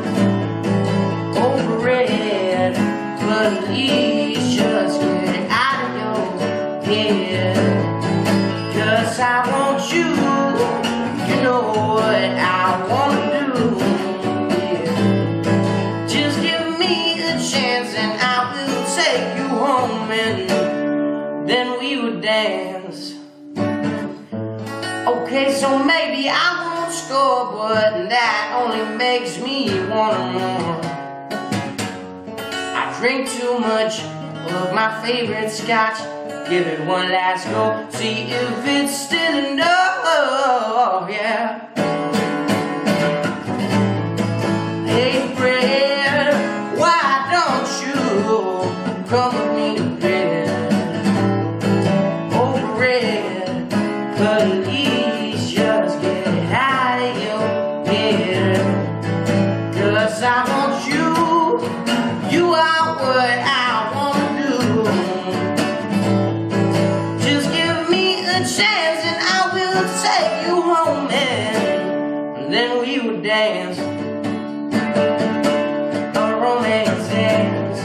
Speaker 4: Oh red, please just get out of your head. Cause I want you, you know what I wanna do. Yeah. Just give me a chance and I will take you home and then we would dance. Okay, so maybe I won't score, but that only makes me want more. I drink too much of my favorite scotch. Give it one last go, see if it's still enough, yeah. Hey friend, why don't you come with me to bed? Oh red, please just get out of your head. Cause I want you, you are what I wanna do. Just give me a chance and I will take you home and then we would dance. A romance dance.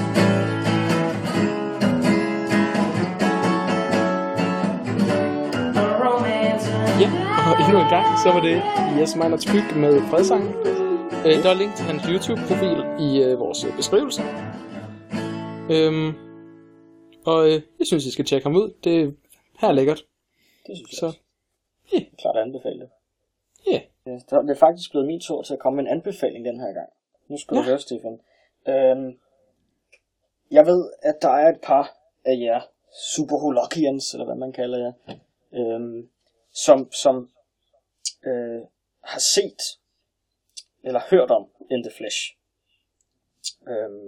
Speaker 4: A romance dance.
Speaker 2: Ja, og endnu en gang, så var det Yes Mine Not Spyk med Fredsang. Øh, der er link til hans YouTube-profil i øh, vores beskrivelse. Øhm, Og øh, jeg synes, I skal tjekke ham ud. Det her er lækkert.
Speaker 1: Det synes jeg
Speaker 2: så.
Speaker 1: også. Yeah. Klart at anbefale det.
Speaker 2: Ja.
Speaker 1: Yeah. Det er faktisk blevet min tur til at komme med en anbefaling den her gang. Nu skal ja. du høre, Stefan. Øhm, jeg ved, at der er et par af jer superhologians, eller hvad man kalder jer, øhm, som, som øh, har set eller hørt om In the Flesh. Øhm,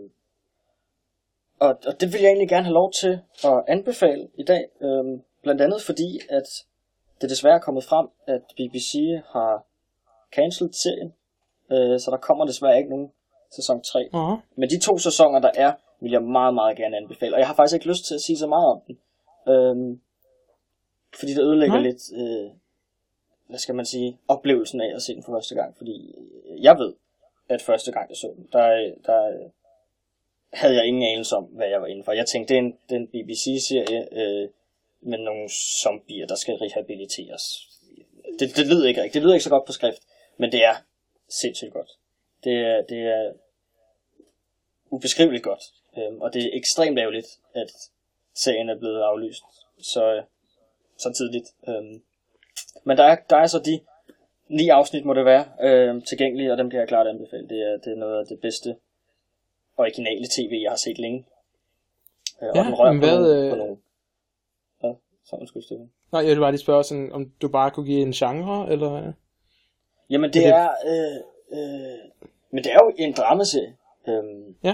Speaker 1: og, og det vil jeg egentlig gerne have lov til at anbefale i dag, øhm, blandt andet fordi, at det desværre er kommet frem, at B B C har cancelled serien, øh, så der kommer desværre ikke nogen sæson tre.
Speaker 2: Uh-huh.
Speaker 1: Men de to sæsoner, der er, vil jeg meget, meget gerne anbefale. Og jeg har faktisk ikke lyst til at sige så meget om den. Øhm, fordi det ødelægger uh-huh. lidt, øh, hvad skal man sige, oplevelsen af at se den for første gang. Fordi jeg ved, at første gang jeg så den, der, der havde jeg ingen anelse om, hvad jeg var inde for. Jeg tænkte, det er en, det er en B B C-serie øh, med nogle zombier, der skal rehabiliteres. Det, det lyder ikke rigtigt. Det lyder ikke så godt på skrift, men det er sindssygt godt. Det er, det er ubeskriveligt godt. Øhm, og det er ekstremt ærgerligt, at serien er blevet aflyst så, så tidligt. Øhm, men der er, der er så de ni afsnit, må det være, øhm, tilgængelige, og dem kan jeg klart anbefale. Det er, det er noget af det bedste originale tv, jeg har set længe. Øh,
Speaker 2: ja,
Speaker 1: og den rører
Speaker 2: men
Speaker 1: på,
Speaker 2: hvad,
Speaker 1: nogle,
Speaker 2: øh...
Speaker 1: på nogle... Ja, sådan skulle det.
Speaker 2: Nej, jeg vil bare lige spørge, sådan, om du bare kunne give en genre, eller...
Speaker 1: Jamen, det er... Øh, øh, men det er jo en dramaserie. Øhm,
Speaker 2: ja.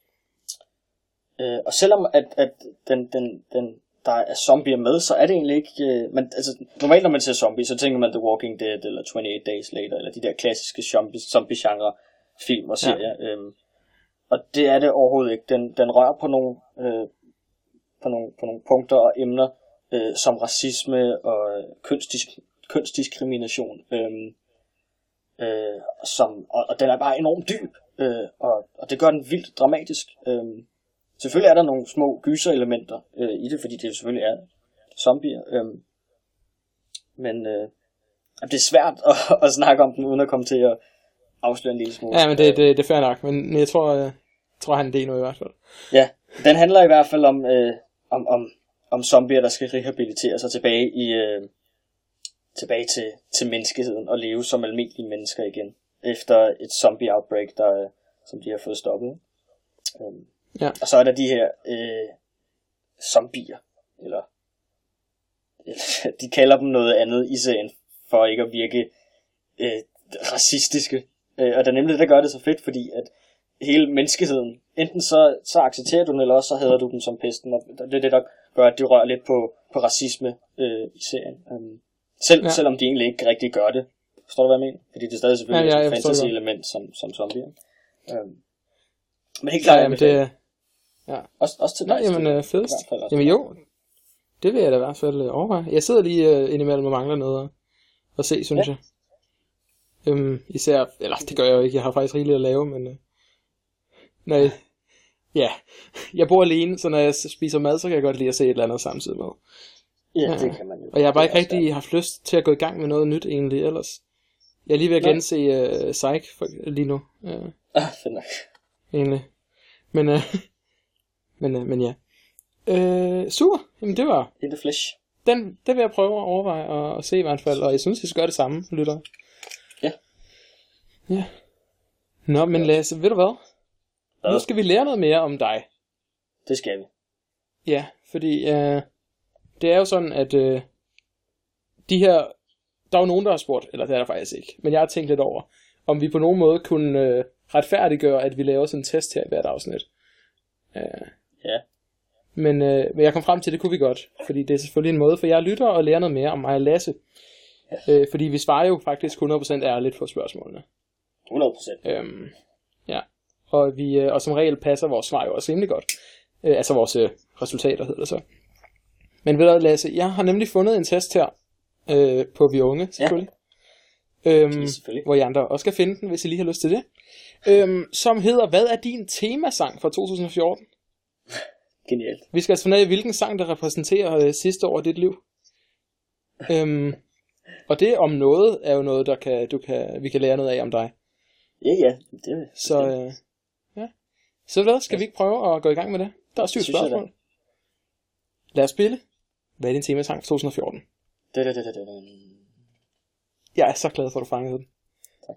Speaker 1: Øh, og selvom at, at den, den, den, der er zombier med, så er det egentlig ikke... Øh, man, altså, normalt når man ser zombie, så tænker man The Walking Dead, eller twenty-eight Days Later, eller de der klassiske zombie, zombie-genre film og serier. Ja. Øhm, og det er det overhovedet ikke. Den, den rører på nogle, øh, på, nogle, på nogle punkter og emner, øh, som racisme og kønsdisk- kønsdiskrimination. Øh, øh, som, og, og den er bare enormt dyb, øh, og, og det gør den vildt dramatisk. Øh, selvfølgelig er der nogle små gyser-elementer øh, i det, fordi det selvfølgelig er zombier. Øh, men øh, det er svært at, at snakke om den, uden at komme til at afsløre en lille smule.
Speaker 2: Ja, men det, det, det er fair nok, men jeg tror, jeg tror han det er noget i hvert fald.
Speaker 1: Ja, den handler i hvert fald om, øh, om, om, om zombier, der skal rehabilitere sig tilbage i øh, tilbage til, til menneskeheden og leve som almindelige mennesker igen, efter et zombie-outbreak, der, som de har fået stoppet. Um,
Speaker 2: ja.
Speaker 1: Og så er der de her øh, zombier, eller, eller de kalder dem noget andet i serien, for ikke at virke øh, racistiske. Øh, og det er nemlig det, der gør det så fedt, fordi at hele menneskeheden, enten så, så accepterer du den, eller også så hader du den som pesten. Og det er det, der gør, at de rører lidt på, på racisme øh, i serien. Um, Selv, ja. Selvom de egentlig ikke rigtig gør det. Forstår du, hvad jeg mener? Fordi det er stadig selvfølgelig ja, ja, et fantasy-element som, som zombier. Øhm. Men helt klart,
Speaker 2: ja, jamen, det...
Speaker 1: ja. Også, også til dig.
Speaker 2: Nej, jamen øh, fedest. Jamen jo, det vil jeg da i hvert fald overveje. Jeg sidder lige øh, indimellem og mangler noget at se, synes ja. jeg. Øhm, især, eller det gør jeg jo ikke, jeg har faktisk rigeligt at lave, men... Øh, nej, ja, jeg bor alene, så når jeg spiser mad, så kan jeg godt lide at se et eller andet samtidig med.
Speaker 1: Ja, ja, det kan man jo.
Speaker 2: Og jeg har bare ikke rigtig der. haft lyst til at gå i gang med noget nyt egentlig ellers. Jeg er lige ved at gense uh, Psych for, lige nu. Uh,
Speaker 1: ah, fedt nok.
Speaker 2: Egentlig. Men, uh, men, uh, men ja. Uh, super, jamen det var...
Speaker 1: In the Flesh.
Speaker 2: Den, det vil jeg prøve at overveje at, at se i hvert fald, og jeg synes, jeg skal gøre det samme, lytter.
Speaker 1: Ja.
Speaker 2: Ja. Nå, men Lasse, ved du hvad? hvad? Nu skal vi lære noget mere om dig.
Speaker 1: Det skal vi.
Speaker 2: Ja, fordi... Uh, det er jo sådan, at øh, de her, der er jo nogen, der har spurgt, eller det er der faktisk ikke, men jeg har tænkt lidt over, om vi på nogen måde kunne øh, retfærdiggøre, at vi laver sådan en test her i hvert afsnit. Øh,
Speaker 1: ja.
Speaker 2: Men, øh, men jeg kom frem til, at det kunne vi godt, fordi det er selvfølgelig en måde, for jeg lytter og lærer noget mere om mig og Lasse. Ja. Øh, fordi vi svarer jo faktisk hundrede procent ærligt på spørgsmålene.
Speaker 1: hundrede procent.
Speaker 2: Øhm, ja, og, vi, øh, og som regel passer vores svar jo også rimelig godt. Øh, altså vores øh, resultater hedder det så. Men ved du, Lasse, jeg har nemlig fundet en test her øh, på Vi Unge, selvfølgelig. Ja. Øhm, selvfølgelig. Hvor I andre også skal finde den, hvis I lige har lyst til det. Øhm, som hedder, hvad er din temasang for to tusind og fjorten?
Speaker 1: Genialt.
Speaker 2: Vi skal altså finde ud af, hvilken sang, der repræsenterer øh, sidste år af dit liv. øhm, og det om noget, er jo noget, der kan, du kan, vi kan lære noget af om dig.
Speaker 1: Ja, ja. Det er
Speaker 2: Så, øh, ja. Så hvad, skal vi ikke prøve at gå i gang med det? Der er syv spørgsmål. Lad os spille. Hvad er din temasang for to tusind og fjorten?
Speaker 1: Det, det, det, det, det.
Speaker 2: Jeg er så glad for, at du fangede den.
Speaker 1: Tak.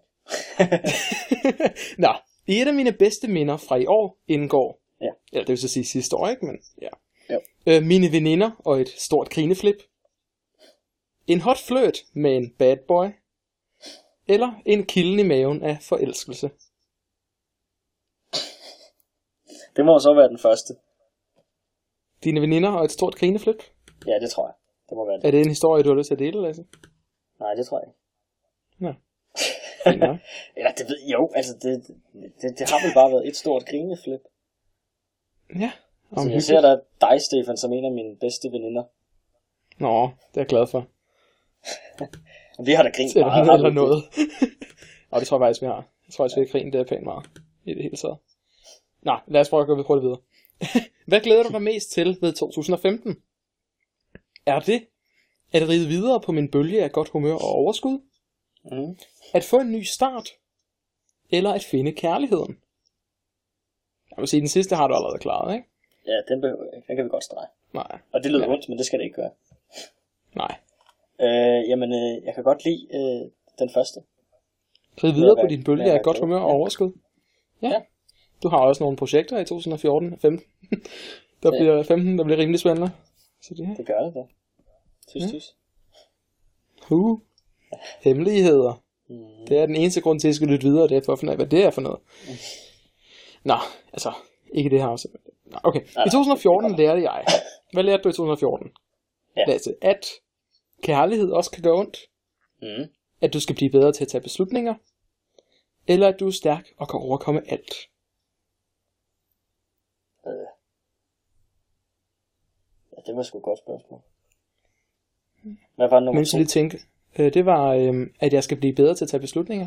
Speaker 2: Nå, i et af mine bedste minder fra i år indgår,
Speaker 1: ja.
Speaker 2: Eller det vil så sige sidste år, ikke? Men ja.
Speaker 1: Jo.
Speaker 2: Øh, mine veninder og et stort grineflip. En hot flirt med en bad boy. Eller en kilden i maven af forelskelse.
Speaker 1: Det må så være den første.
Speaker 2: Dine veninder og et stort grineflip?
Speaker 1: Ja, det tror jeg. Det må være det.
Speaker 2: Er det en historie, du har lyst til at dele, Lasse?
Speaker 1: Nej, det tror jeg ikke.
Speaker 2: Nå.
Speaker 1: Eller det ved jo, altså det, det, det har vel bare været et stort grineflip.
Speaker 2: Ja.
Speaker 1: Så jeg ser da dig, Stefan, som en af mine bedste veninder.
Speaker 2: Nå, det er jeg glad for.
Speaker 1: Vi har da grint
Speaker 2: meget.
Speaker 1: Eller,
Speaker 2: eller noget. Og det tror jeg faktisk, vi har. Jeg tror faktisk, vi har grint det er pænt meget. I det hele taget. Nå, lad os prøve at gå hurtigt videre. Hvad glæder du dig mest til ved to tusind og femten? Er det at ride videre på min bølge af godt humør og overskud?
Speaker 1: Mm.
Speaker 2: At få en ny start? Eller at finde kærligheden? Jeg vil sige, den sidste har du allerede klaret, ikke?
Speaker 1: Ja, den, behøver, den kan vi godt strege.
Speaker 2: Nej.
Speaker 1: Og det lyder
Speaker 2: ja.
Speaker 1: ondt, men det skal det ikke gøre.
Speaker 2: Nej.
Speaker 1: Øh, jamen, øh, jeg kan godt lide øh, den første.
Speaker 2: Ride videre på din bølge af godt humør og overskud? Ja. ja. Du har også nogle projekter i to tusind og fjorten og femten. der bliver ja. femten, der bliver rimelig spændende. Så det,
Speaker 1: det gør det da. Tys,
Speaker 2: ja.
Speaker 1: tys.
Speaker 2: Uh. Hemmeligheder. Mm. Det er den eneste grund til, at jeg skal lytte videre, det er for at finde af, hvad det er for noget. Mm. Nå, altså, ikke det her også. Nå, okay, nej, i to tusind og fjorten lærte jeg. Hvad lærte du i to tusind og fjorten?
Speaker 1: Ja.
Speaker 2: Lasse, at kærlighed også kan gøre ondt.
Speaker 1: Mm.
Speaker 2: At du skal blive bedre til at tage beslutninger. Eller at du er stærk og kan overkomme alt.
Speaker 1: Øh. Ja, det var sgu et godt spørgsmål. Hvad var det nummer
Speaker 2: Men så lige tænke, øh, det var, øh, at jeg skal blive bedre til at tage beslutninger.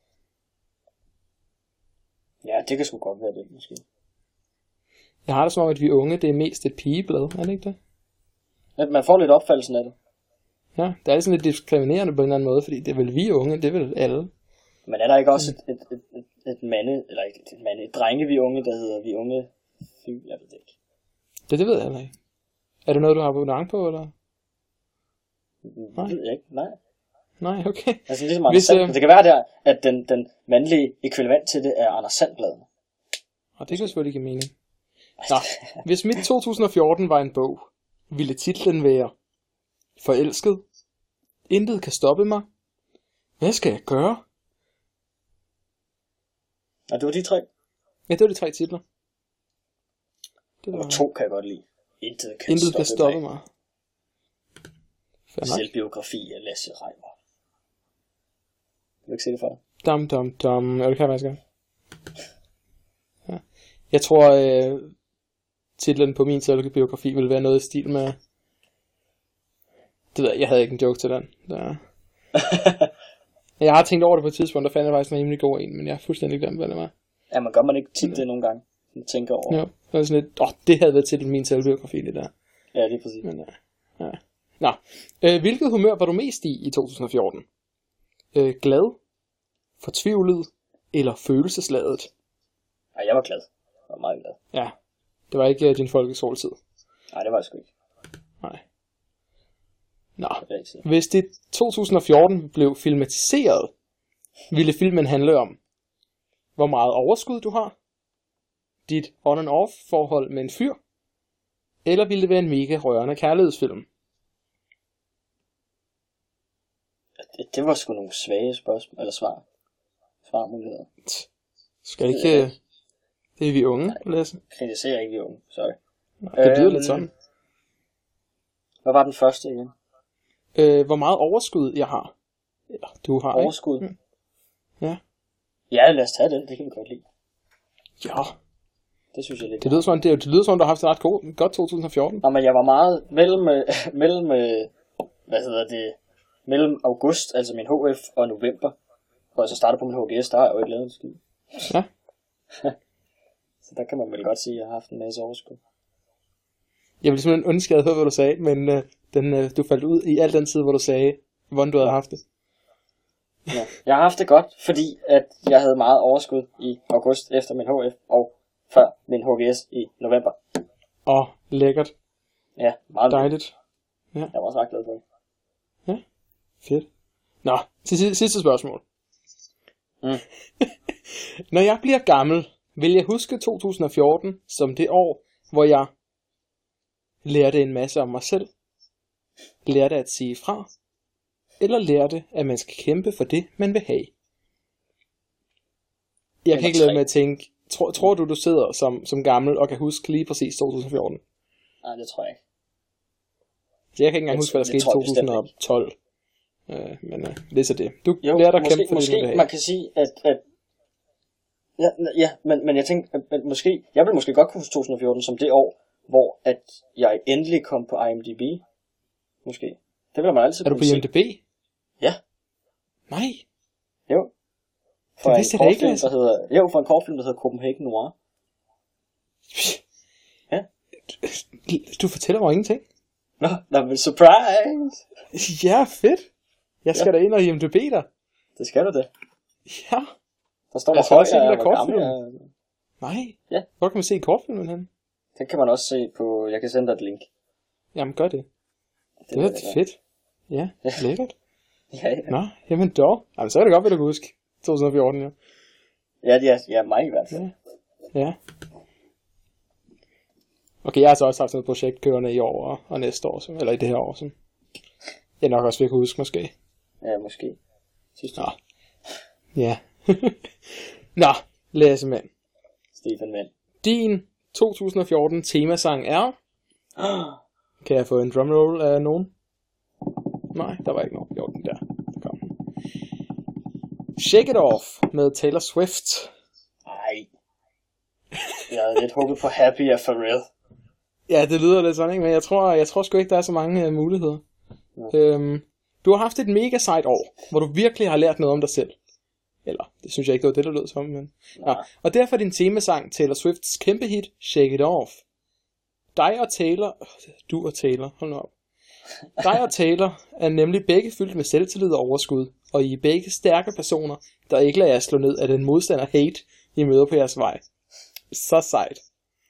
Speaker 1: Ja, det kan sgu godt være det, måske.
Speaker 2: Jeg har det som om, at vi unge, det er mest et pigeblad, er det ikke det?
Speaker 1: At man får lidt opfattelsen af det.
Speaker 2: Ja, det er sådan lidt diskriminerende på en eller anden måde, fordi det er vel vi unge, det er vel alle.
Speaker 1: Men er der ikke også et, et, et, et, et mande, eller ikke et mande, et drenge vi unge, der hedder vi unge fyg, jeg ved det ikke.
Speaker 2: Det, det ved jeg heller ikke. Er det noget, du har abonnement på, eller?
Speaker 1: Nej. Det ved jeg ikke, nej.
Speaker 2: Nej, okay.
Speaker 1: Altså ligesom Anders Sand, øh... det kan være der, at den, den mandlige ekvivalent til det er Anders Sand-bladene.
Speaker 2: Og det kan selvfølgelig ikke mening. Nå, hvis mit to tusind og fjorten var en bog, ville titlen være Forelsket. Intet kan stoppe mig. Hvad skal jeg gøre?
Speaker 1: Og det var de tre?
Speaker 2: Ja, det var de tre titler.
Speaker 1: Det var... Og to kan jeg godt lide. Intet kan
Speaker 2: Intet
Speaker 1: stoppe,
Speaker 2: kan stoppe
Speaker 1: mig.
Speaker 2: mig.
Speaker 1: Selvbiografi af Lasse Reimer. Vil du ikke se det for dig?
Speaker 2: Dum dum dum. Ja, det kan jeg faktisk gøre. Ja. Jeg tror, øh, titlen på min selvbiografi ville være noget i stil med... Det ved jeg, jeg havde ikke en joke til den. Der... jeg har tænkt over det på et tidspunkt, der fandt jeg faktisk en rimelig god en, men jeg har fuldstændig glemt, hvad det var.
Speaker 1: Ja, men gør man ikke tit det nogle gange? Man tænker over.
Speaker 2: Jo, det var sådan lidt, åh, det havde været titlen min selvbiografi, det der.
Speaker 1: Ja, det er præcis.
Speaker 2: Men, ja. ja. Nå, øh, hvilket humør var du mest i i to tusind og fjorten? Øh, glad, fortvivlet eller følelsesladet?
Speaker 1: Nej, jeg var glad. Jeg var meget glad.
Speaker 2: Ja, det var ikke uh, din folkeskoletid.
Speaker 1: Nej, det var jeg sgu ikke.
Speaker 2: Nej. Nå, hvis det to tusind og fjorten blev filmatiseret, ville filmen handle om, hvor meget overskud du har, dit on-and-off forhold med en fyr, eller ville det være en mega rørende kærlighedsfilm?
Speaker 1: Det, det var sgu nogle svage spørgsmål, eller svar. Svarmuligheder.
Speaker 2: Skal ikke... Det, det er vi unge, Lasse.
Speaker 1: Kritiserer ikke vi unge, sorry.
Speaker 2: Nej, det bliver øhm, lidt sådan.
Speaker 1: Hvad var den første igen?
Speaker 2: Øh, hvor meget overskud jeg har. Eller du har,
Speaker 1: overskud?
Speaker 2: Ikke? Ja.
Speaker 1: Ja, lad os tage den, det kan vi godt lide.
Speaker 2: Ja.
Speaker 1: Det synes jeg lidt.
Speaker 2: Det lyder som, det, det lyder som, du har haft et ret god, godt to tusind og fjorten.
Speaker 1: Nå, men jeg var meget mellem, mellem, hvad hedder det, mellem august, altså min H F, og november, hvor jeg så startede på min H G S, der har jeg jo ikke lavet en skid.
Speaker 2: Ja.
Speaker 1: Så der kan man vel godt sige, at jeg har haft en masse overskud.
Speaker 2: Jeg ville simpelthen ønske, at jeg havde hørt, hvad du sagde, men øh, den, øh, du faldt ud i al den tid, hvor du sagde, hvordan du havde haft det.
Speaker 1: Ja. Jeg har haft det godt, fordi at jeg havde meget overskud i august efter min H F, og før min H G S i november.
Speaker 2: Åh, lækkert.
Speaker 1: Ja, meget
Speaker 2: dejligt. Ja.
Speaker 1: Jeg var også ret glad for det.
Speaker 2: Ja, fedt. Nå, til sidste spørgsmål.
Speaker 1: Mm.
Speaker 2: Når jeg bliver gammel, vil jeg huske to tusind og fjorten som det år, hvor jeg lærte en masse om mig selv, lærte at sige fra, eller lærte, at man skal kæmpe for det, man vil have. Jeg kan ikke lade med at tænke, tror, tror du, du sidder som, som gammel og kan huske lige præcis to tusind og fjorten?
Speaker 1: Nej, det tror jeg ikke.
Speaker 2: Så jeg kan ikke engang jeg huske, hvad der skete i to tusind og tolv. Øh, men øh, det er så det. Du jo, lærte at
Speaker 1: måske,
Speaker 2: kæmpe for
Speaker 1: måske
Speaker 2: det, man vil have.
Speaker 1: Man kan sige, at... at ja, ja men, men jeg tænkte, at, at måske... Jeg vil måske godt kunne huske to tusind og fjorten som det år, hvor at jeg endelig kom på I M D B. Måske. Det vil man altid
Speaker 2: kunne se. Er du på I M D B?
Speaker 1: Ja.
Speaker 2: Nej.
Speaker 1: Jo. For
Speaker 2: det
Speaker 1: en
Speaker 2: vidste
Speaker 1: kortfilm,
Speaker 2: ikke,
Speaker 1: der hedder... Jo, for en kortfilm, der hedder Copenhagen Noir. Ja.
Speaker 2: Du, du fortæller mig ingenting.
Speaker 1: Nå, no, no, surprise!
Speaker 2: Ja, fedt. Jeg skal ja. da ind og I M D B der.
Speaker 1: Det skal du da.
Speaker 2: Ja.
Speaker 1: Der står der højt,
Speaker 2: jeg
Speaker 1: hvor gammel jeg er.
Speaker 2: Nej.
Speaker 1: Ja.
Speaker 2: Hvor kan man se kortfilmen hen?
Speaker 1: Den kan man også se på... Jeg kan sende dig et link.
Speaker 2: Jamen, gør det. Det, det er det fedt. Ja, lækkert.
Speaker 1: Ja, ja.
Speaker 2: Nå, jamen dog. Jamen, så er det godt, hvad du kan huske. to tusind og fjorten, ja.
Speaker 1: Ja, ja, ja, mig i hvert fald.
Speaker 2: Ja. ja. Okay, jeg har så også haft et projekt kørende i år og, og næste år, så, eller i det her år, så jeg nok også vil kunne huske, måske.
Speaker 1: Ja, måske. Synes du?
Speaker 2: Nå. Ja. Nå, Lasse mand.
Speaker 1: Stefan mand.
Speaker 2: Din to tusind og fjorten temasang er... Kan jeg få en drumroll af nogen? Nej, der var ikke nogen. Jo, den der. Der kom den. Shake It Off med Taylor Swift.
Speaker 1: Nej. Jeg havde lidt håbet på Happy af Pharrell.
Speaker 2: Ja, det lyder lidt sådan, ikke? Men jeg tror, jeg tror sgu ikke, der er så mange uh, muligheder. Ja. Øhm, du har haft et mega sejt år, hvor du virkelig har lært noget om dig selv. Eller, det synes jeg ikke, det var det, der lød som, men... Ja. Og derfor er din temasang Taylor Swifts kæmpe hit, Shake It Off. Dig og Taylor... Du og Taylor, hold nu op. Dig og Taylor er nemlig begge fyldt med selvtillid og overskud, og I er begge stærke personer, der ikke lader jer slå ned af den modstander hate, I møder på jeres vej. Så sejt.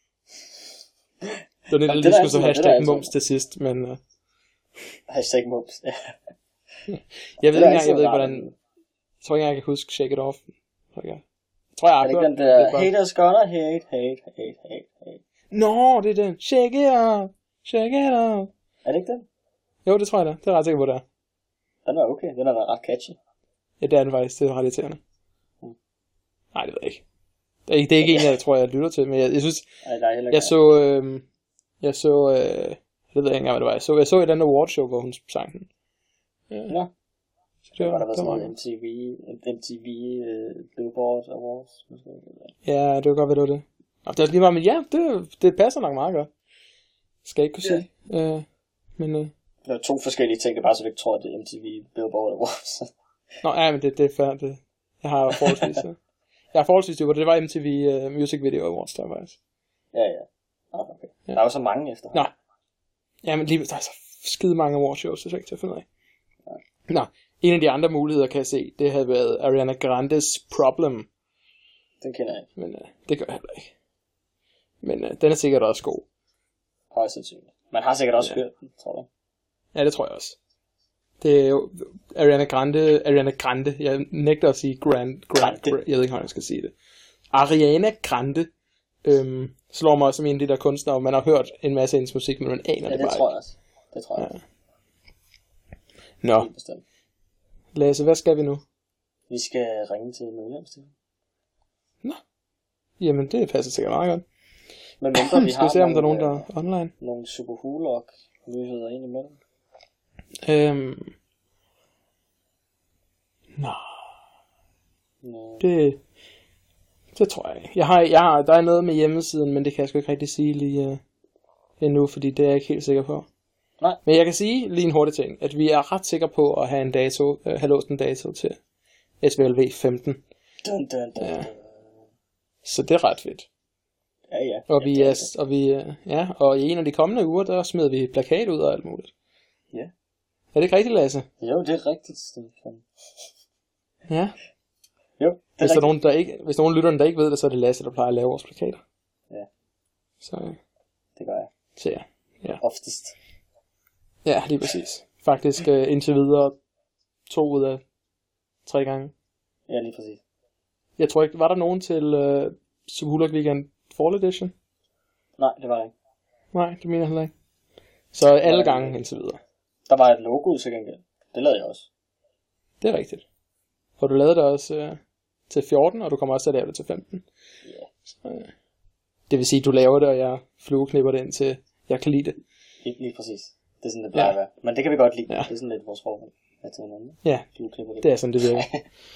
Speaker 2: Det var det, der lige skulle så hashtag mums til sidst, men... Uh...
Speaker 1: Hashtag mums, ja.
Speaker 2: Jeg ved ikke engang, jeg ved ikke, hvordan... Jeg tror ikke, jeg kan huske Shake It Off. Jeg tror, jeg, jeg har
Speaker 1: hørt. Er det ikke den der, bare... haters gonna hate, hate, hate, hate, hate.
Speaker 2: Nå, det er den. Shake it off, shake it off.
Speaker 1: Er det ikke den?
Speaker 2: Jo, det tror jeg da. Det er ret sikker på, det er.
Speaker 1: Den er okay. Den er da ret catchy.
Speaker 2: Ja, det er den faktisk. Det er ret irriterende. Hmm. Nej, det ved jeg ikke. Det er ikke, det er ikke en, jeg tror, jeg lytter til. Men jeg, jeg synes...
Speaker 1: Ej, der er heller
Speaker 2: jeg så... Øh, jeg så... Øh, det ved jeg ikke engang, hvad det var. Jeg så, jeg så et andet awardshow, hvor hun sang den.
Speaker 1: Ja. ja. Så det var, der var sådan noget M T V... M T V uh, Billboard Awards. Måske.
Speaker 2: Ja, det var godt, hvad det var det. Og det er lige meget, men ja, det, det passer nok meget godt. Skal jeg ikke kunne ja. se. Øh, men... Øh,
Speaker 1: der er to forskellige ting, det er bare så du ikke tror, at det er M T V Billboard Awards.
Speaker 2: Nå, ja, men det, det er fair. Det, jeg har forholdsvis... jeg har forholdsvis det, det var M T V uh, Music Video Awards, der faktisk.
Speaker 1: Ja, ja. Oh, okay. Ja. Der er jo så mange efter.
Speaker 2: Nå. Ja, men lige, der er så skide mange awardshows, det er ikke til at finde ud af. Ja. Nå, en af de andre muligheder, kan jeg se, det havde været Ariana Grandes Problem.
Speaker 1: Den kender jeg ikke.
Speaker 2: Men uh, det gør jeg heller ikke. Men uh, den er sikkert også god.
Speaker 1: Højst sandsynligt. Man har sikkert også ja. hørt den, tror jeg.
Speaker 2: Ja, det tror jeg også. Det er jo Ariana Grande, Ariana Grande, jeg nægter at sige Grand, Grand, Grande. Jeg ved ikke, hvordan jeg skal sige det. Ariana Grande øhm, slår mig som en af de der kunstnere, man har hørt en masse af hendes musik, men man aner
Speaker 1: ja,
Speaker 2: det bare
Speaker 1: det tror jeg også. Det tror jeg.
Speaker 2: Ja. Nå. Lasse, hvad skal vi nu?
Speaker 1: Vi skal ringe til medlemsstillingen.
Speaker 2: Nå. Jamen, det passer sikkert meget godt.
Speaker 1: Men mindre, vi
Speaker 2: skal vi se, om der er nogen, der er online?
Speaker 1: Nogle superhulok nyheder ind imellem.
Speaker 2: Øhm. Nå.
Speaker 1: No.
Speaker 2: Det, det tror jeg ikke. Jeg har, jeg har, der er noget med hjemmesiden, men det kan jeg sgu ikke rigtig sige lige uh, endnu, fordi det er jeg ikke helt sikker på.
Speaker 1: Nej.
Speaker 2: Men jeg kan sige lige en hurtig ting, at vi er ret sikre på at have en dato, uh, have låst en dato til S V L V femten.
Speaker 1: Dun, dun, dun,
Speaker 2: ja. Så det er ret fedt.
Speaker 1: Ja, ja.
Speaker 2: Og vi
Speaker 1: ja,
Speaker 2: er, og vi, uh, ja, og i en af de kommende uger, der smider vi plakat ud og alt muligt.
Speaker 1: Ja.
Speaker 2: Er det ikke rigtigt, Lasse?
Speaker 1: Jo, det er rigtigt, Stefan.
Speaker 2: Ja.
Speaker 1: Jo, det
Speaker 2: hvis, der er nogen, der ikke, hvis nogen lytter, der ikke ved det, så er det Lasse, der plejer at lave vores plakater.
Speaker 1: Ja.
Speaker 2: Så
Speaker 1: det gør jeg.
Speaker 2: Så ja.
Speaker 1: Ja. Oftest.
Speaker 2: Ja, lige præcis. Faktisk uh, indtil videre to ud af tre gange.
Speaker 1: Ja, lige præcis.
Speaker 2: Jeg tror ikke, var der nogen til uh, Subulok Weekend Fall Edition?
Speaker 1: Nej, det var der ikke.
Speaker 2: Nej, det mener jeg heller ikke. Så alle gange indtil videre.
Speaker 1: Der var et logo til gengæld. Det lavede jeg også.
Speaker 2: Det er rigtigt. For du lavede det også uh, til fjorten, og du kommer også til at lave det til femten.
Speaker 1: Ja. Yeah.
Speaker 2: Så, uh, det vil sige, at du laver det, og jeg flueknipper det ind til, jeg kan lide det.
Speaker 1: Lige, lige præcis. Det er sådan, det plejer ja. at være. Men det kan vi godt lide.
Speaker 2: Ja.
Speaker 1: Det er sådan lidt vores forhold. Ja, til hinanden.
Speaker 2: Ja, det er sådan, det virker.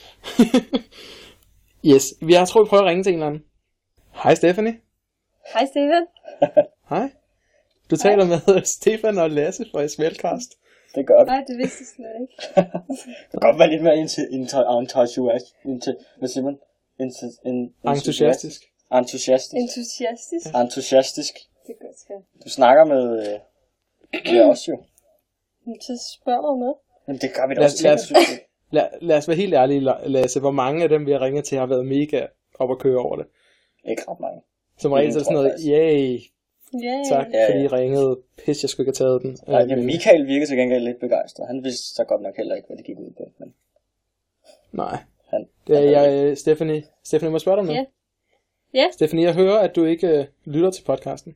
Speaker 2: Yes, jeg tror, vi prøver at ringe til en eller anden. Hej, Stephanie.
Speaker 5: Hej, Stefan.
Speaker 2: Hej. Du Hej. taler med Stefan og Lasse fra Smeltcast.
Speaker 1: Det er godt.
Speaker 5: Nej, det vidste jeg slet ikke.
Speaker 1: Det kan godt være lidt mere entusiastisk. Hvad siger man?
Speaker 2: Entusiastisk.
Speaker 1: Entusiastisk.
Speaker 5: Entusiastisk.
Speaker 1: Entusiastisk.
Speaker 5: Det er godt, skal.
Speaker 1: Du snakker med med os jo.
Speaker 5: Så spørg mig med.
Speaker 1: Men det gør vi da
Speaker 2: lad,
Speaker 1: også
Speaker 2: lad,
Speaker 1: til.
Speaker 2: lad, lad os være helt ærlige, Lasse. Hvor mange af dem, vi har ringet til, har været mega op at køre over det?
Speaker 1: Ikke ret mange.
Speaker 2: Som regel så er sådan noget, yay.
Speaker 5: Yeah.
Speaker 2: Tak,
Speaker 1: ja,
Speaker 2: fordi
Speaker 1: ja.
Speaker 2: I ringede. Pis, jeg skulle ikke have taget den.
Speaker 1: Nej, ja, Michael virker til gengæld lidt begejstret. Han vidste så godt nok heller ikke, hvad det gik ud på. Men...
Speaker 2: Nej.
Speaker 1: Han,
Speaker 2: det er jeg, Stephanie. Stephanie, må jeg spørge dig om noget?
Speaker 5: Ja. Yeah. Yeah.
Speaker 2: Stephanie, jeg hører, at du ikke uh, lytter til podcasten.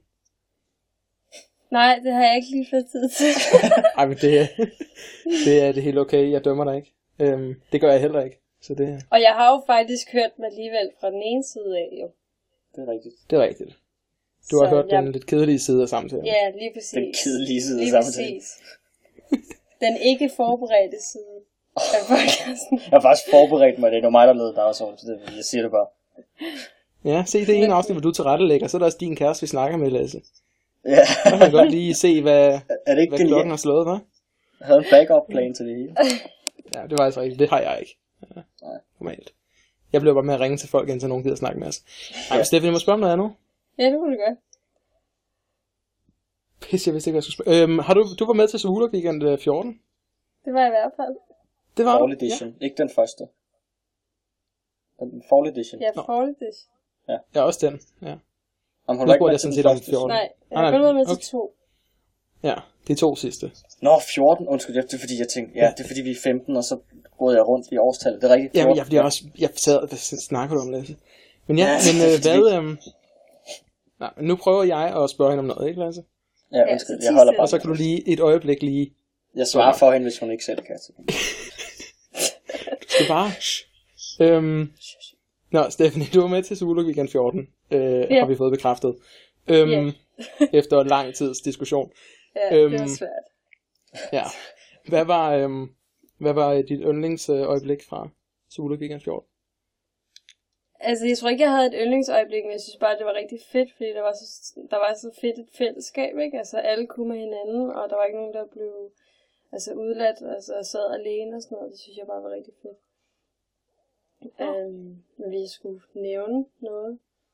Speaker 5: Nej, det har jeg ikke lige fået tid til.
Speaker 2: Ej, men det er, det er det helt okay. Jeg dømmer dig ikke. Øhm, det gør jeg heller ikke. Så det...
Speaker 5: Og jeg har jo faktisk hørt mig alligevel fra den ene side af, jo.
Speaker 1: Det er rigtigt.
Speaker 2: Det er rigtigt. Du har
Speaker 5: så
Speaker 2: hørt
Speaker 5: jeg...
Speaker 2: den lidt kedelige side af samtalen.
Speaker 5: Ja, lige præcis.
Speaker 1: Den kedelige side
Speaker 5: lige
Speaker 1: af samtalen.
Speaker 5: Præcis. Den ikke forberedte side af podcasten.
Speaker 1: Jeg har faktisk forberedt mig. Det er mig, der lavede dagsorden, så det, jeg siger det bare.
Speaker 2: Ja, se, det er en afsnit, hvor du tilrettelægger. Så er der også din kæreste, vi snakker med, Lasse.
Speaker 1: Ja.
Speaker 2: Så kan man godt lige se, hvad,
Speaker 1: er det ikke
Speaker 2: hvad klokken har slået, hva'?
Speaker 1: Jeg havde en backup plan til det hele.
Speaker 2: Ja, det var altså ikke. Det har jeg ikke. Ja,
Speaker 1: nej.
Speaker 2: Normalt. Jeg bliver bare med at ringe til folk, indtil nogen gider snakke med os. Ej,
Speaker 1: ja.
Speaker 2: Stephanie, må spørge om noget andet?
Speaker 5: Ja, det kunne du gøre.
Speaker 2: Pisse, jeg vidste ikke, hvad jeg skulle spørge. Øhm, har du, du var med til Subulok Weekend fjorten?
Speaker 5: Det var jeg i hvert fald.
Speaker 2: Det var
Speaker 1: Fall Edition, ja. Ikke den første. Den Fall Edition.
Speaker 5: Ja, Fall Edition.
Speaker 2: Ja. Ja, også den, ja.
Speaker 1: Om hun
Speaker 2: nu spurgte jeg sådan set om fjorten.
Speaker 5: Nej, jeg har kun været med til
Speaker 2: okay.
Speaker 5: to.
Speaker 2: Ja, det er to sidste.
Speaker 1: Nå, fjorten, undskyld, det er fordi jeg tænkte, ja, det er fordi vi er femten, og så går jeg rundt i årstallet, det er rigtigt.
Speaker 2: Ja, men jeg, jeg også, jeg sad, hvad snakker du om, Lasse? Men ja, ja men øh, hvad, øhm, nej, nu prøver jeg at spørge hende om noget, ikke Lasse?
Speaker 1: Ja, undskyld, jeg holder bare.
Speaker 2: Og så kan du lige, et øjeblik lige.
Speaker 1: Jeg svarer for hende, hvis hun ikke selv kan.
Speaker 2: Du skal bare, øhm, nå, Stephanie, du var med til Subulok Weekend fjorten, øh, yeah. har vi fået bekræftet. Øhm, yeah. Efter en lang tids diskussion.
Speaker 5: Ja, øhm, det var svært.
Speaker 2: Ja. Hvad var, øhm, hvad var dit yndlingsøjeblik fra Subulok Weekend fjorten?
Speaker 5: Altså, jeg tror ikke, jeg havde et yndlingsøjeblik, men jeg synes bare, det var rigtig fedt, fordi der var så, der var så fedt et fællesskab, ikke? Altså, alle kunne med hinanden, og der var ikke nogen, der blev altså, udladt, altså sad alene og sådan noget. Det synes jeg bare var rigtig fedt. Ja. Øhm, når vi skulle nævne noget.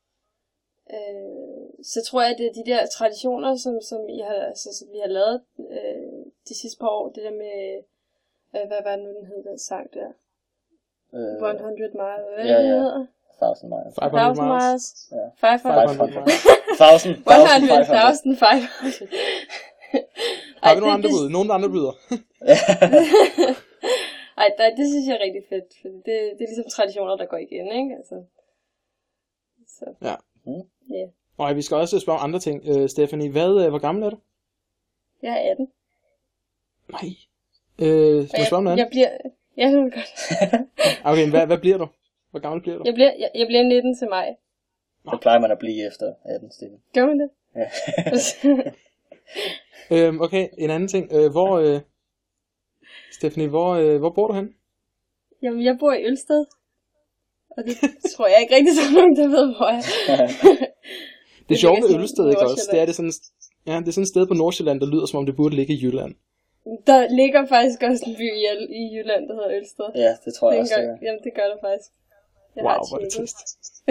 Speaker 5: Øh, så tror jeg, at det er de der traditioner, som, som, I har, altså, som vi har lavet øh, de sidste par år. Det der med, øh, hvad var det nu, den hed, den sang der?
Speaker 1: Øh,
Speaker 5: hundrede miles. Hvad
Speaker 1: ja,
Speaker 5: det
Speaker 1: ja.
Speaker 5: hedder?
Speaker 1: Thousand miles.
Speaker 2: five hundred miles.
Speaker 1: Ja.
Speaker 5: five hundred
Speaker 1: miles. Thousand.
Speaker 5: Thousand five hundred.
Speaker 2: Har vi nogle andre bud? Nogle andre byder?
Speaker 5: Ej, det, det synes jeg er rigtig fedt. For det, det er ligesom traditioner, der går igen, ikke? Altså. Så.
Speaker 2: Ja.
Speaker 1: Mm.
Speaker 5: Yeah.
Speaker 2: Og vi skal også spørge om andre ting. Uh, Stephanie, hvad, uh, hvor gammel er du?
Speaker 5: Jeg er atten.
Speaker 2: Nej. Øh, skal du spørge om noget?
Speaker 5: Jeg bliver... Ja, det er godt.
Speaker 2: Okay, hvad, hvad bliver du? Hvor gammel bliver du?
Speaker 5: Jeg bliver, jeg, jeg bliver nitten til maj.
Speaker 1: Det plejer man at blive efter atten, Steffen.
Speaker 5: Gør man det?
Speaker 1: Ja.
Speaker 2: øhm, okay, en anden ting. Øh, hvor, øh, Stephanie, hvor, øh, hvor bor du hen?
Speaker 5: Jamen, jeg bor i Ølsted. Og det tror jeg ikke rigtig, så nogen, der ved, hvor jeg er.
Speaker 2: Det er sjovt med Ølsted, ikke også? Det er, det, sådan, ja, det er sådan et sted på Nordsjælland, der lyder, som om det burde ligge i Jylland.
Speaker 5: Der ligger faktisk også en by i, i Jylland, der hedder Ølsted.
Speaker 1: Ja, det tror jeg
Speaker 5: det
Speaker 1: også.
Speaker 5: Gør, jamen, det gør der faktisk. Jeg
Speaker 2: wow, hvor er det trist.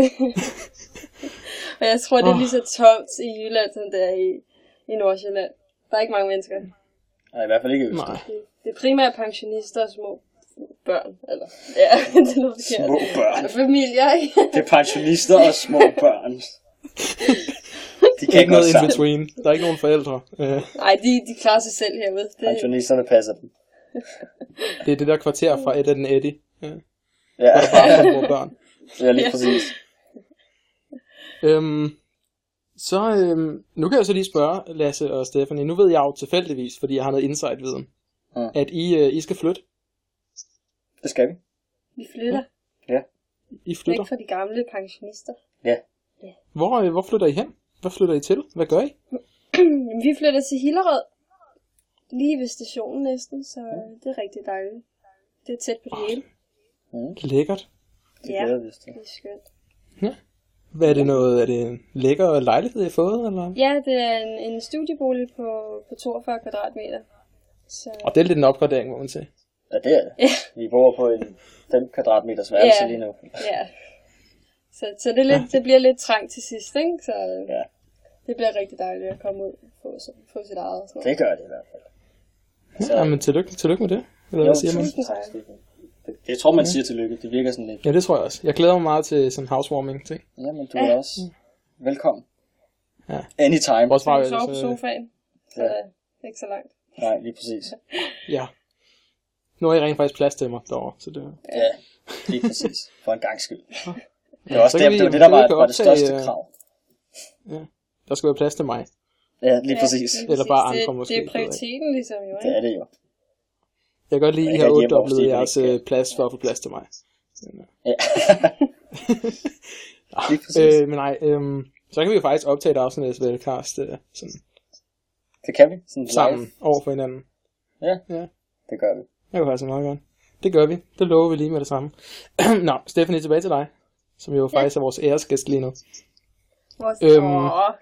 Speaker 5: Og jeg tror, det er lige så tomt i Jylland, som det er i, i Nordsjælland. Der er ikke mange mennesker.
Speaker 1: Nej, i hvert fald ikke Ølsted.
Speaker 5: Det, det er primært pensionister og små børn. Eller, ja, det er noget forkert.
Speaker 1: Små børn.
Speaker 5: Familier, ikke?
Speaker 1: Det er pensionister og små børn. De kan
Speaker 2: ikke noget in
Speaker 1: sammen.
Speaker 2: between. Der er ikke nogen forældre. Uh,
Speaker 5: Nej, de, de klarer sig selv herude. Det,
Speaker 1: Pensionisterne passer dem.
Speaker 2: det er det der kvarter fra Ed and Eddie. Uh,
Speaker 1: Ja,
Speaker 2: hvor der bare er små børn.
Speaker 1: ja lige præcis.
Speaker 2: Øhm, så øhm, nu kan jeg så lige spørge Lasse og Stephanie. Nu ved jeg jo tilfældigvis, fordi jeg har noget insight-viden,
Speaker 1: Mm.
Speaker 2: at I, øh, I skal flytte.
Speaker 1: Det skal vi.
Speaker 5: vi flytter.
Speaker 2: I flytter.
Speaker 5: Væk fra de gamle pensionister.
Speaker 2: Hvor, øh, hvor flytter I hen? Hvad flytter I til? Hvad gør I?
Speaker 5: Vi flytter til Hillerød. Lige ved stationen næsten, så det er rigtig dejligt. Det er tæt på det hele.
Speaker 2: Lækkert.
Speaker 1: Det
Speaker 5: Ja,
Speaker 1: glæder vi os til.
Speaker 5: det er skønt.
Speaker 2: Hvad er det noget? Er det en lækker lejlighed, I har fået? Eller?
Speaker 5: Ja, det er en, en studiebolig på, på toogfyrre kvadratmeter. Så
Speaker 2: Og det er lidt en opgradering, må man sige.
Speaker 1: Ja, det er det. Vi bor på en fem kvadratmeters værelse
Speaker 5: Ja.
Speaker 1: lige nu.
Speaker 5: ja. Så, så det, er lidt, det bliver lidt trængt til sidst, ikke? Så
Speaker 1: Ja.
Speaker 5: det bliver rigtig dejligt at komme ud og få, få sit eget. Og sådan noget.
Speaker 1: Det gør det i hvert fald.
Speaker 2: Så... Ja, men tillykke, tillykke med det. Eller hvad siger man?
Speaker 5: tusind tak.
Speaker 1: Det, jeg tror, man siger tillykke. Det virker sådan lidt.
Speaker 2: Ja, det tror jeg også. Jeg glæder mig meget til sådan housewarming ting.
Speaker 1: Jamen, du er også velkommen.
Speaker 2: Ja.
Speaker 1: Anytime.
Speaker 2: Vores
Speaker 5: Så
Speaker 2: var
Speaker 5: du sover på
Speaker 2: så,
Speaker 5: sofaen, så
Speaker 1: Ja.
Speaker 5: det er ikke så langt.
Speaker 1: Nej, lige præcis.
Speaker 2: ja. Nu har I rent faktisk plads til mig derovre, så det...
Speaker 1: Ja, lige præcis. For en gang skyld. Det var også
Speaker 2: så
Speaker 1: det,
Speaker 2: kan
Speaker 1: det, var
Speaker 2: vi-
Speaker 1: det der
Speaker 2: så
Speaker 1: var,
Speaker 2: vi kan
Speaker 1: var det
Speaker 2: optage,
Speaker 1: største
Speaker 2: øh,
Speaker 1: krav.
Speaker 2: Der skal være plads til mig.
Speaker 1: Ja, lige præcis.
Speaker 5: lige
Speaker 2: Eller bare
Speaker 5: præcis.
Speaker 2: andre
Speaker 5: det,
Speaker 2: måske,
Speaker 5: Det er
Speaker 2: det ved jeg ikke.
Speaker 5: prioriteten ligesom jo,
Speaker 1: Det
Speaker 5: ikke?
Speaker 1: er det jo.
Speaker 2: Jeg kan godt lide, at I
Speaker 1: Jeg
Speaker 2: har
Speaker 1: kan hjemme
Speaker 2: ottedobblet
Speaker 1: over
Speaker 2: jeres
Speaker 1: Stephen,
Speaker 2: øh,
Speaker 1: ikke?
Speaker 2: plads for at få plads til mig.
Speaker 1: Ja. Lige præcis.
Speaker 2: Øh, men nej, øhm, så kan vi jo faktisk optage et afsnit af Svelcast øh, sådan,
Speaker 1: Det kan vi. Sådan
Speaker 2: sammen
Speaker 1: live.
Speaker 2: over for hinanden.
Speaker 1: Ja,
Speaker 2: Ja,
Speaker 1: det gør vi.
Speaker 2: det kunne faktisk meget godt. Det gør vi. Det lover vi lige med det samme. Nå, Stephanie, tilbage til dig. Som jo faktisk er vores æresgæst lige nu.
Speaker 5: Vores,
Speaker 2: Øhm,
Speaker 5: Åh,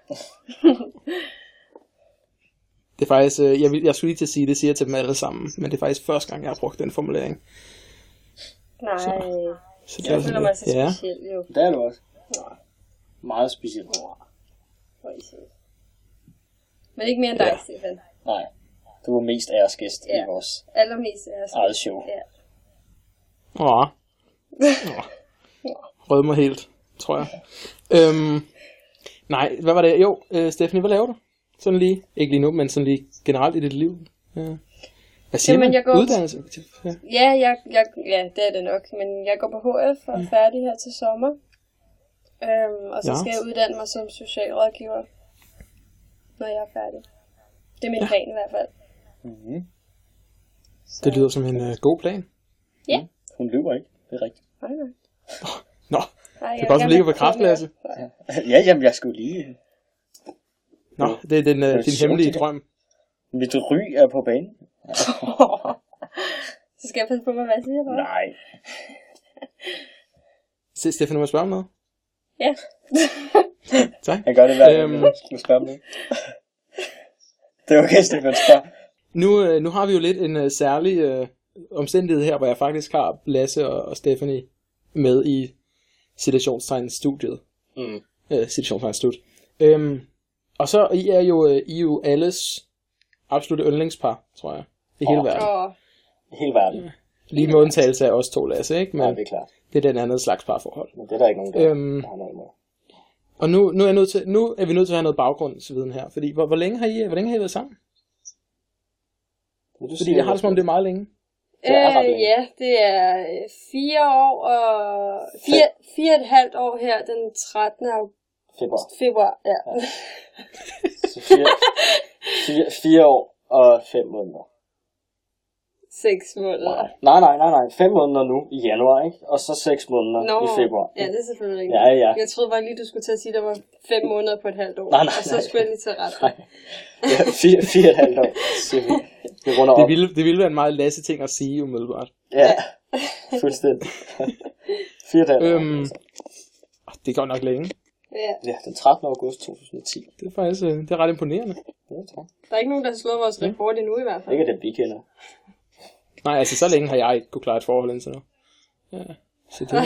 Speaker 2: Det er faktisk, øh, jeg, vil, jeg skulle lige til at sige, det siger jeg til dem alle sammen. Men det er faktisk første gang, jeg har brugt den formulering.
Speaker 5: nej.
Speaker 2: Så det
Speaker 5: Jeg
Speaker 2: er
Speaker 5: føler
Speaker 2: sådan,
Speaker 5: mig så
Speaker 2: ja.
Speaker 5: speciel jo.
Speaker 1: Det er du også. Meget specielt.
Speaker 5: Hvor er I søde. Men ikke mere end dig,
Speaker 2: Ja.
Speaker 5: Stefan.
Speaker 1: Nej, du er mest æresgæst
Speaker 5: Ja.
Speaker 1: i vores
Speaker 5: Allermest er jeg
Speaker 1: eget show.
Speaker 5: Ja.
Speaker 2: Åh. Åh. Rød mig helt, tror jeg. Øhm, nej, hvad var det? Jo, øh, Stephanie, hvad laver du? Sådan lige, ikke lige nu, men sådan lige generelt i dit liv. Ja. Hvad siger
Speaker 5: Jamen,
Speaker 2: man?
Speaker 5: jeg går-
Speaker 2: Uddannelse? Ja.
Speaker 5: Ja, jeg, jeg, ja, det er det nok. Men jeg går på H F og er færdig her til sommer. Øhm, og så
Speaker 2: Ja.
Speaker 5: skal jeg uddanne mig som socialrådgiver, når jeg er færdig. Det er min plan i hvert fald.
Speaker 1: Mm-hmm.
Speaker 2: Det lyder som en øh, god plan.
Speaker 5: Ja.
Speaker 1: Hun lyver ikke, det er rigtigt.
Speaker 5: Nej, nej.
Speaker 2: Nå,
Speaker 5: Nej,
Speaker 2: det kan også ligge på kraftklasse.
Speaker 1: Ja, jamen, jeg skulle lige...
Speaker 2: Nå, det er din, øh,
Speaker 1: er
Speaker 2: din
Speaker 1: sjovt,
Speaker 2: hemmelige
Speaker 1: det der.
Speaker 2: drøm.
Speaker 1: Mit ry er på banen.
Speaker 5: Så skal jeg passe på mig, hvad jeg siger. Bare.
Speaker 1: Nej.
Speaker 2: Se, Stephanie, må jeg spørge om noget?
Speaker 5: Ja.
Speaker 2: Tak.
Speaker 1: Jeg gør det hver gang,
Speaker 2: Øhm.
Speaker 1: jeg skal spørge mig. Det er okay, Stefan, spørg.
Speaker 2: Nu, øh, nu har vi jo lidt en øh, særlig øh, omstændighed her, hvor jeg faktisk har Lasse og, og Stephanie med i citationstegn-studiet.
Speaker 1: Mm.
Speaker 2: Øh, citationstegn-stud. Øhm, og så I er jo, øh, I er jo alles absolutte yndlingspar, tror jeg, i hele
Speaker 1: Åh.
Speaker 2: verden.
Speaker 5: Og
Speaker 1: Hele verden.
Speaker 2: Lige med undtagelse af os to, Lasse, ikke? Men
Speaker 1: Ja, det er klart.
Speaker 2: det er den anden slags parforhold.
Speaker 1: Men det er der ikke nogen, der
Speaker 2: Øhm.
Speaker 1: har noget imod.
Speaker 2: Og nu, nu, er jeg nødt til, nu er vi nødt til at have noget baggrundsviden her, fordi hvor, hvor, længe har I, hvor længe har I været sammen?
Speaker 1: Men du
Speaker 2: Fordi
Speaker 1: siger
Speaker 2: jeg har
Speaker 1: jo,
Speaker 2: det som om, det er meget længe.
Speaker 1: Det er ret
Speaker 5: øh,
Speaker 1: længe.
Speaker 5: ja, det er øh, fire år og... Fire, fire og et halvt år her, den trettende
Speaker 1: februar.
Speaker 5: februar. Ja.
Speaker 1: Så fire, fire, fire år og fem måneder.
Speaker 5: Seks måneder.
Speaker 1: Nej, nej, nej, nej. Fem måneder nu i januar, ikke? Og så seks måneder
Speaker 5: Nå,
Speaker 1: i februar.
Speaker 5: ja, det er selvfølgelig rigtigt.
Speaker 1: Ja, ja.
Speaker 5: Jeg troede bare lige, du skulle til at sige, at der var fem måneder på et halvt år.
Speaker 1: Nej, nej,
Speaker 5: og så
Speaker 1: nej.
Speaker 5: skulle jeg lige tage ret.
Speaker 1: Nej. Ja, fire, fire og et halvt år. siger vi. Vi runder
Speaker 2: Det
Speaker 1: op.
Speaker 2: ville, det ville være en meget Lasse ting at sige umiddelbart.
Speaker 1: Ja, fuldstændig. Fire og et halvt år.
Speaker 2: Øhm, det går nok længe.
Speaker 5: Ja.
Speaker 1: Ja, den trettende august to tusind og ti.
Speaker 2: Det er faktisk øh, det er ret imponerende.
Speaker 1: Ja, tak.
Speaker 5: Der er ikke nogen, der har slået vores rekord endnu i hvert fald.
Speaker 1: Ikke den, vi kender.
Speaker 2: Nej, altså så længe har jeg ikke kunne klare et forhold indtil nu. Ja, så det,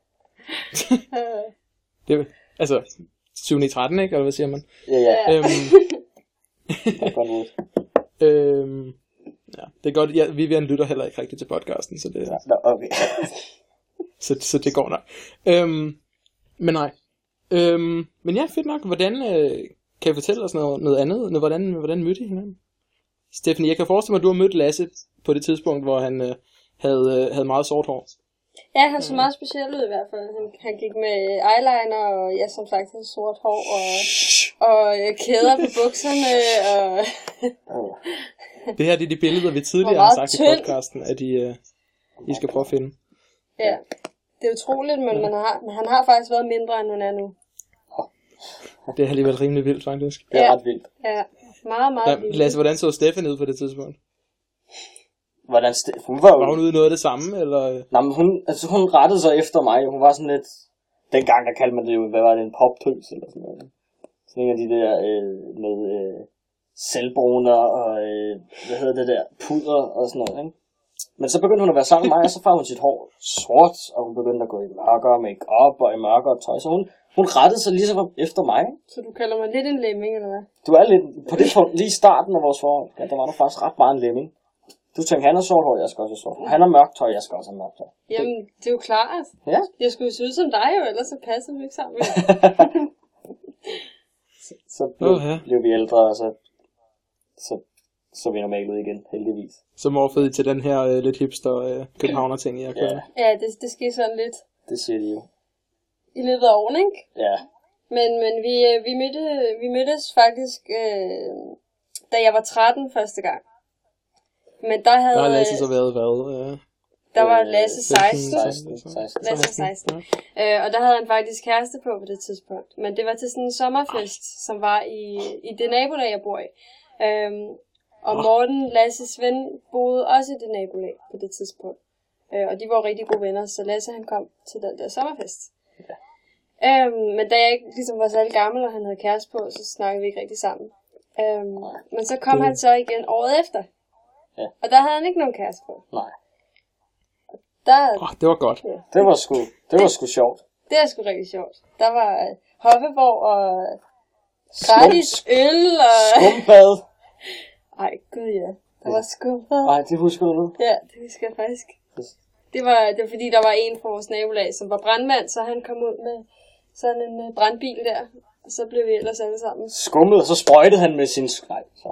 Speaker 2: det er altså syv ni tretten, ikke? Eller hvad siger man?
Speaker 1: Ja, ja.
Speaker 2: Øhm,
Speaker 1: Det er godt ud.
Speaker 2: øhm, ja, det er godt. Ja, Vivian lytter heller ikke rigtigt til podcasten, så det,
Speaker 1: Nå, okay.
Speaker 2: så, så det går nok. Øhm, men nej. Øhm, men ja, fedt nok. Hvordan øh, kan I fortælle os noget, noget andet? Noget, hvordan, hvordan mødte I hinanden? Stephanie, jeg kan forestille mig, at du har mødt Lasse på det tidspunkt, hvor han øh, havde, øh, havde meget sort hår.
Speaker 5: Ja, han så meget speciel ud i hvert fald. Han, han gik med eyeliner, og jeg som sagt havde sort hår, og, og øh, kæder på bukserne, og...
Speaker 2: Det her det er de billeder, vi tidligere har sagt tynd. I podcasten, at I, øh, I skal prøve at finde.
Speaker 5: Ja, det er utroligt, men man har, han har faktisk været mindre, end han er nu.
Speaker 2: Det er alligevel rimelig vildt, faktisk.
Speaker 1: Det er
Speaker 5: ja.
Speaker 1: ret vildt.
Speaker 5: Ja, meget, meget
Speaker 2: ja,
Speaker 5: vildt.
Speaker 2: Lasse, hvordan så Steffen ud på det tidspunkt?
Speaker 1: Hvordan Ste- hun var, jo...
Speaker 2: var hun ude noget af det samme, eller?
Speaker 1: Nej, men hun, altså, hun rettede sig efter mig. Hun var sådan lidt... Dengang, der kaldte man det jo, hvad var det, en poptøs eller sådan noget. Sådan en af de der øh, med øh, selvbruner og, øh, hvad hedder det der, puder og sådan noget, ikke? Men så begyndte hun at være sammen med mig, og så farvede hun sit hår sort, og hun begyndte at gå i mørkere make-up og i mørkere tøj, så hun, hun rettede sig lige så efter mig.
Speaker 5: Så du kalder mig lidt en lemming, eller hvad?
Speaker 1: Du er lidt, på det punkt, lige i starten af vores forhold, ja, der var der faktisk ret meget en lemming. Du tænkte, han har sort hår, jeg skal også have sort hår. Han har mørkt tøj, jeg skal også have mørkt tøj.
Speaker 5: Jamen, det er jo klart.
Speaker 1: Ja.
Speaker 5: Jeg skulle jo se ud som dig jo, ellers så passer vi ikke sammen.
Speaker 1: så så blev,
Speaker 2: oh, ja.
Speaker 1: blev vi ældre, og så, så, så vi normalt ud igen, heldigvis.
Speaker 2: Så morfede I til den her øh, lidt hipster øh, københavner-ting, jeg har kørt.
Speaker 1: Ja,
Speaker 5: ja det, det sker sådan lidt.
Speaker 1: Det siger de jo.
Speaker 5: I løbet af årene, ikke?
Speaker 1: Ja.
Speaker 5: Men, men vi, vi, mødte, vi mødtes faktisk, øh, da jeg var tretten første gang. Men der havde...
Speaker 2: Der har Lasse så været hvad? Øh,
Speaker 5: der var Lasse seksten.
Speaker 1: seksten, seksten.
Speaker 5: Lasse seksten. Øh, og der havde han faktisk kæreste på på det tidspunkt. Men det var til sådan en sommerfest, som var i, i det nabolag, jeg bor i. Øhm, og Morten, Lasses ven, boede også i det nabolag på det tidspunkt. Øh, og de var rigtig gode venner, så Lasse han kom til den der sommerfest.
Speaker 1: Ja.
Speaker 5: Øhm, men da jeg ikke ligesom var særlig gammel, og han havde kæreste på, så snakkede vi ikke rigtig sammen. Øhm, men så kom han så igen året efter.
Speaker 1: Ja.
Speaker 5: Og der havde han ikke nogen kæreste på.
Speaker 1: Nej.
Speaker 5: Der,
Speaker 2: oh, det var godt.
Speaker 5: Ja.
Speaker 1: Det var sgu, det var sgu sjovt.
Speaker 5: Det er sgu rigtig sjovt. Der var uh, Hoffeborg og gratis øl og...
Speaker 1: Skumbad.
Speaker 5: Ej, gud ja. Der var skumbad.
Speaker 1: Nej, det husker du nu.
Speaker 5: Ja, det husker jeg faktisk. Det var, det var fordi, der var en fra vores nabolag, som var brandmand, så han kom ud med sådan en uh, brandbil der. Og så blev vi ellers alle sammen.
Speaker 1: Skummet, og så sprøjtede han med sin... Nej, så...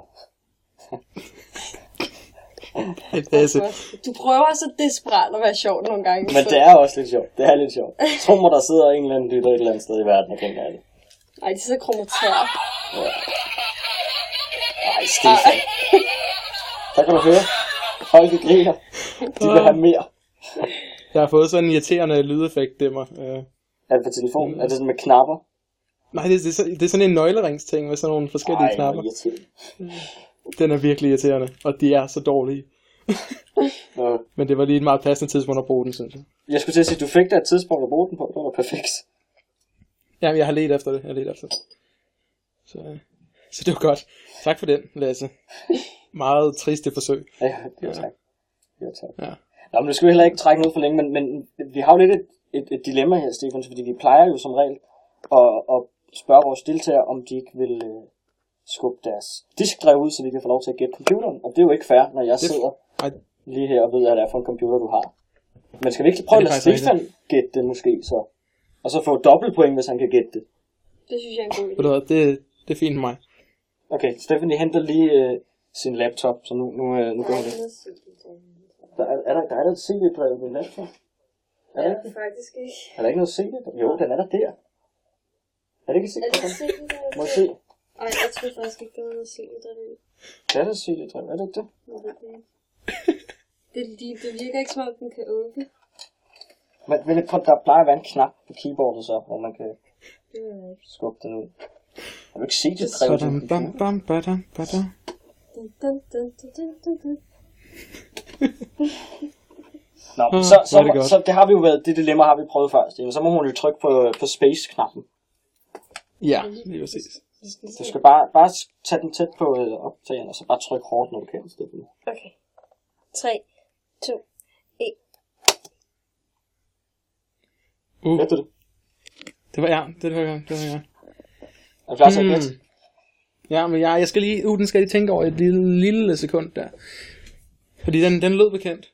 Speaker 5: Du prøver så desperat at være sjov nogle gange.
Speaker 1: Men det er også lidt sjovt. Det er lidt sjovt. Tro mig, der sidder en eller anden lytter et eller andet sted i verden, og tænker det.
Speaker 5: Ej, de sidder kromatær.
Speaker 1: Ja. Ej, Stefan. Der kan du høre. Folk griner. De vil have mere.
Speaker 2: Jeg har fået sådan en irriterende lydeffekt, det mig.
Speaker 1: Er det på telefonen? Er det sådan med knapper?
Speaker 2: Nej, det, det, er, det er sådan en nøgleringsting med sådan nogle forskellige
Speaker 1: Ej,
Speaker 2: knapper.
Speaker 1: Ej,
Speaker 2: den er virkelig irriterende, og de er så dårlige.
Speaker 1: Ja.
Speaker 2: Men det var lige et meget passende tidspunkt at bruge den, synes jeg.
Speaker 1: Jeg skulle til at sige, du fik da et tidspunkt at bruge den på. Det var perfekt.
Speaker 2: Jamen, jeg har let efter det. Jeg har let efter det. Så, så det var godt. Tak for den, Lasse. Meget triste forsøg.
Speaker 1: Ja, det var tak. Det var tak.
Speaker 2: Ja.
Speaker 1: Nå, men det skal vi heller ikke trække noget for længe, men, men vi har jo lidt et, et, et dilemma her, Stefan, fordi vi plejer jo som regel at, at spørge vores deltagere, om de ikke vil øh, skubbe deres diskdrev ud, så vi kan få lov til at gætte computeren. Og det er jo ikke fair, når jeg sidder lige her og ved, hvad det er for en computer, du har. Men skal vi ikke prøve at lade Stefan gætte det måske, så? Og så få dobbeltpoint, hvis han kan gætte det.
Speaker 5: Det synes jeg er en god idé.
Speaker 2: Det, det er fint for mig.
Speaker 1: Okay, Stefan, I henter lige øh, sin laptop, så nu, nu, øh, nu går det. Der er, er, der, der er der et C D-drev på din laptop? Er der ikke?
Speaker 5: Faktisk ikke.
Speaker 1: Er der ikke noget C D-drev? Jo, den er der der. Er det ikke C D-drev? Må jeg se?
Speaker 5: Ej, jeg tror faktisk ikke, der er noget C D-drev.
Speaker 1: Det er der C D-drev, er det ikke det?
Speaker 5: Det, det, det virker ikke som om, den kan åbne.
Speaker 1: Men, men der plejer at være en knap på keyboardet så, hvor man kan skubbe den ud. Har du ikke set det drev? Nå, ah, så, så, det så det har vi jo været, det dilemma har vi prøvet før, Stine. Så må hun jo trykke på, på space-knappen.
Speaker 2: Ja, det er præcis.
Speaker 1: Du skal bare, bare tage den tæt på øh, optageren, og så bare trykke hårdt, når du kan. Stefan.
Speaker 5: Okay. tre, to, et.
Speaker 2: Uh.
Speaker 1: Hørte du det?
Speaker 2: Det var jeg, det var jeg, det var jeg.
Speaker 1: Er du klar til at gætte?
Speaker 2: Hmm. Ja, men jeg, jeg skal lige, uh, den skal jeg lige tænke over et lille, lille sekund der. Fordi den, den lød bekendt.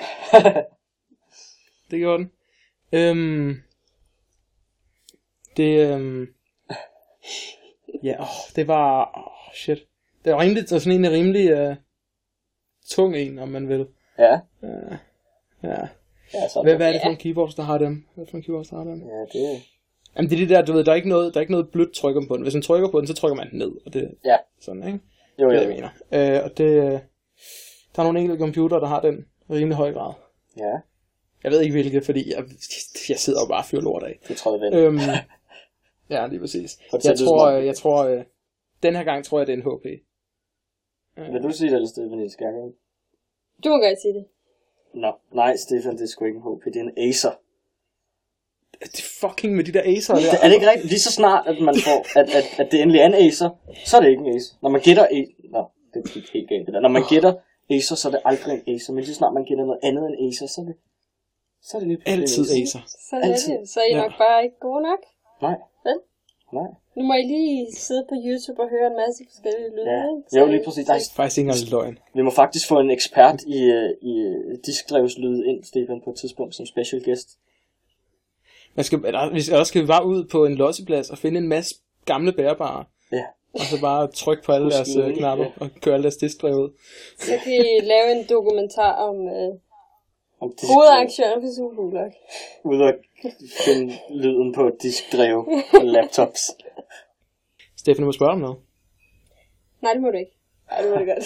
Speaker 2: Det gjorde den. Øhm, det, øhm, Ja, åh, det var... Åh, shit. Det var rimelig, det var sådan en rimelig uh, tung en, om man vil.
Speaker 1: Ja.
Speaker 2: Uh, ja.
Speaker 1: Ja, så
Speaker 2: hvad, hvad er det for nogle keyboards, der har dem? Hvad er det for nogle keyboards, der har dem?
Speaker 1: Ja, det...
Speaker 2: Jamen, det er det der, du ved, der er ikke noget, der er ikke noget blødt trykker på den. Hvis man trykker på den, så trykker man den ned, og det
Speaker 1: ja.
Speaker 2: Sådan, ikke?
Speaker 1: Jo, jo.
Speaker 2: Det, jeg mener. Uh, og det... Uh, der er nogle enkelte computer, der har den rimelig høj grad.
Speaker 1: Ja.
Speaker 2: Jeg ved ikke hvilke, fordi jeg, jeg sidder jo bare og fyrer lort af.
Speaker 1: Det tror jeg vel.
Speaker 2: Øhm, ja, lige præcis. Jeg tror, jeg, jeg tror, øh, den her gang tror jeg, det er en H P.
Speaker 1: Øh. Vil du sige det, eller Stefan, i skærmen?
Speaker 5: Du må godt sige det.
Speaker 1: Nå, nej, Stefan, det er sgu ikke en H P, det er en Acer.
Speaker 2: Det er fucking med de der Acer der.
Speaker 1: Det, er det ikke rigtigt? Lige så snart, at man får, at, at, at det endelig er en Acer, så er det ikke en Acer. Når man gætter en... Nå, det er ikke helt galt det der. Når man gætter Acer, så er det aldrig en Acer. Men lige så snart man gætter noget andet end Acer, så er det... Så er det lige
Speaker 2: altid Acer.
Speaker 5: Så er det. Så er I ja. nok bare ikke gode nok.
Speaker 1: Nej.
Speaker 5: Vel?
Speaker 1: Nej.
Speaker 5: Nu må I lige sidde på YouTube og høre en masse forskellige lyde.
Speaker 1: Ja,
Speaker 5: så
Speaker 1: jo lige præcis.
Speaker 2: Det er faktisk ikke engang løgn.
Speaker 1: Vi må faktisk få en ekspert i, i diskdrevslyd ind, Stefan, på et tidspunkt som special guest.
Speaker 2: Man skal, eller, eller skal vi bare ud på en losseplads og finde en masse gamle bærbare.
Speaker 1: Ja.
Speaker 2: Og så bare trykke på alle Husk deres uh, knapper ja. Og køre alle deres diskdrev ud.
Speaker 5: Så kan I lave en dokumentar om... Uh... hovedarrangøren for Zulu-Log.
Speaker 1: Ude at finde lyden på diskdrev og laptops.
Speaker 2: Stefan, du må spørge om noget.
Speaker 5: Nej, det må du ikke. Nej, det må du godt.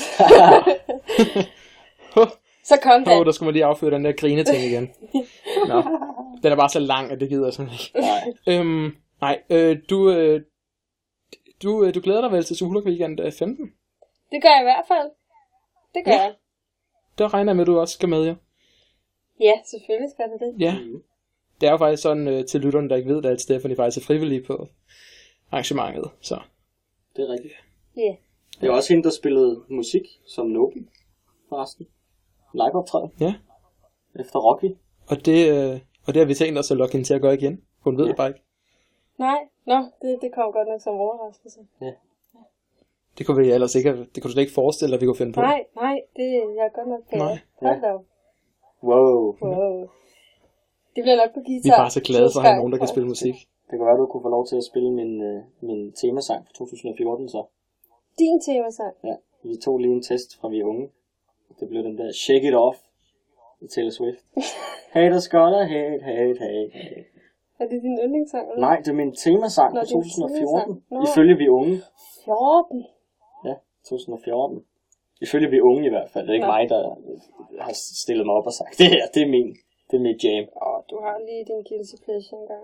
Speaker 5: Så kom den.
Speaker 2: Åh, oh, der skulle man lige afføre den der grineting igen. Nå, den er bare så lang, at det gider jeg sådan ikke.
Speaker 1: Nej.
Speaker 2: Øhm, nej, øh, du, øh, du, øh, du glæder dig vel til Zulu-Log weekend femten?
Speaker 5: Det gør jeg i hvert fald. Det gør ja. jeg.
Speaker 2: Der regner jeg med, at du også skal med, ja.
Speaker 5: Ja, selvfølgelig skal det det.
Speaker 2: Ja, det er jo faktisk sådan øh, til lytterne, der ikke ved det, at Stephanie faktisk er frivillig på arrangementet, så.
Speaker 1: Det er rigtigt.
Speaker 5: Ja. Yeah.
Speaker 1: Det er også hende, der spillede musik som Nobi, forresten. Live-optræden.
Speaker 2: Ja.
Speaker 1: Efter Rocky.
Speaker 2: Og det, øh, og det har vi tænkt os at lukke hende til at gøre igen. Hun ved ja. det bare ikke.
Speaker 5: Nej, nå, det, det kom godt nok som overraskelse.
Speaker 1: Ja.
Speaker 2: Det kunne vi ellers ikke, det kunne du slet ikke forestille, at vi kunne finde på.
Speaker 5: Nej, nej, det jeg er godt nok på.
Speaker 2: Nej.
Speaker 5: Hold da.
Speaker 1: Wow.
Speaker 5: Wow. Det bliver nok på guitar.
Speaker 2: Vi er bare så glade for at have nogen, der kan spille musik.
Speaker 1: Det kan være, du kunne få lov til at spille min, uh, min temasang fra to tusind og fjorten så.
Speaker 5: Din temasang?
Speaker 1: Ja, vi tog lige en test fra vi unge. Det blev den der Shake It Off i Taylor Swift. Haters gonna hate, hate, hate, hate.
Speaker 5: Er det din yndlingssang? Eller?
Speaker 1: Nej, det er min temasang fra to tusind og fjorten. Ifølge vi unge.
Speaker 5: fjorten?
Speaker 1: Ja, to tusind og fjorten. Ifølge vi unge i hvert fald. Det er ikke ja. mig, der har stillet mig op og sagt, det her, det er min, det er mit jam.
Speaker 5: Åh, du har lige din guilty pleasure en gang.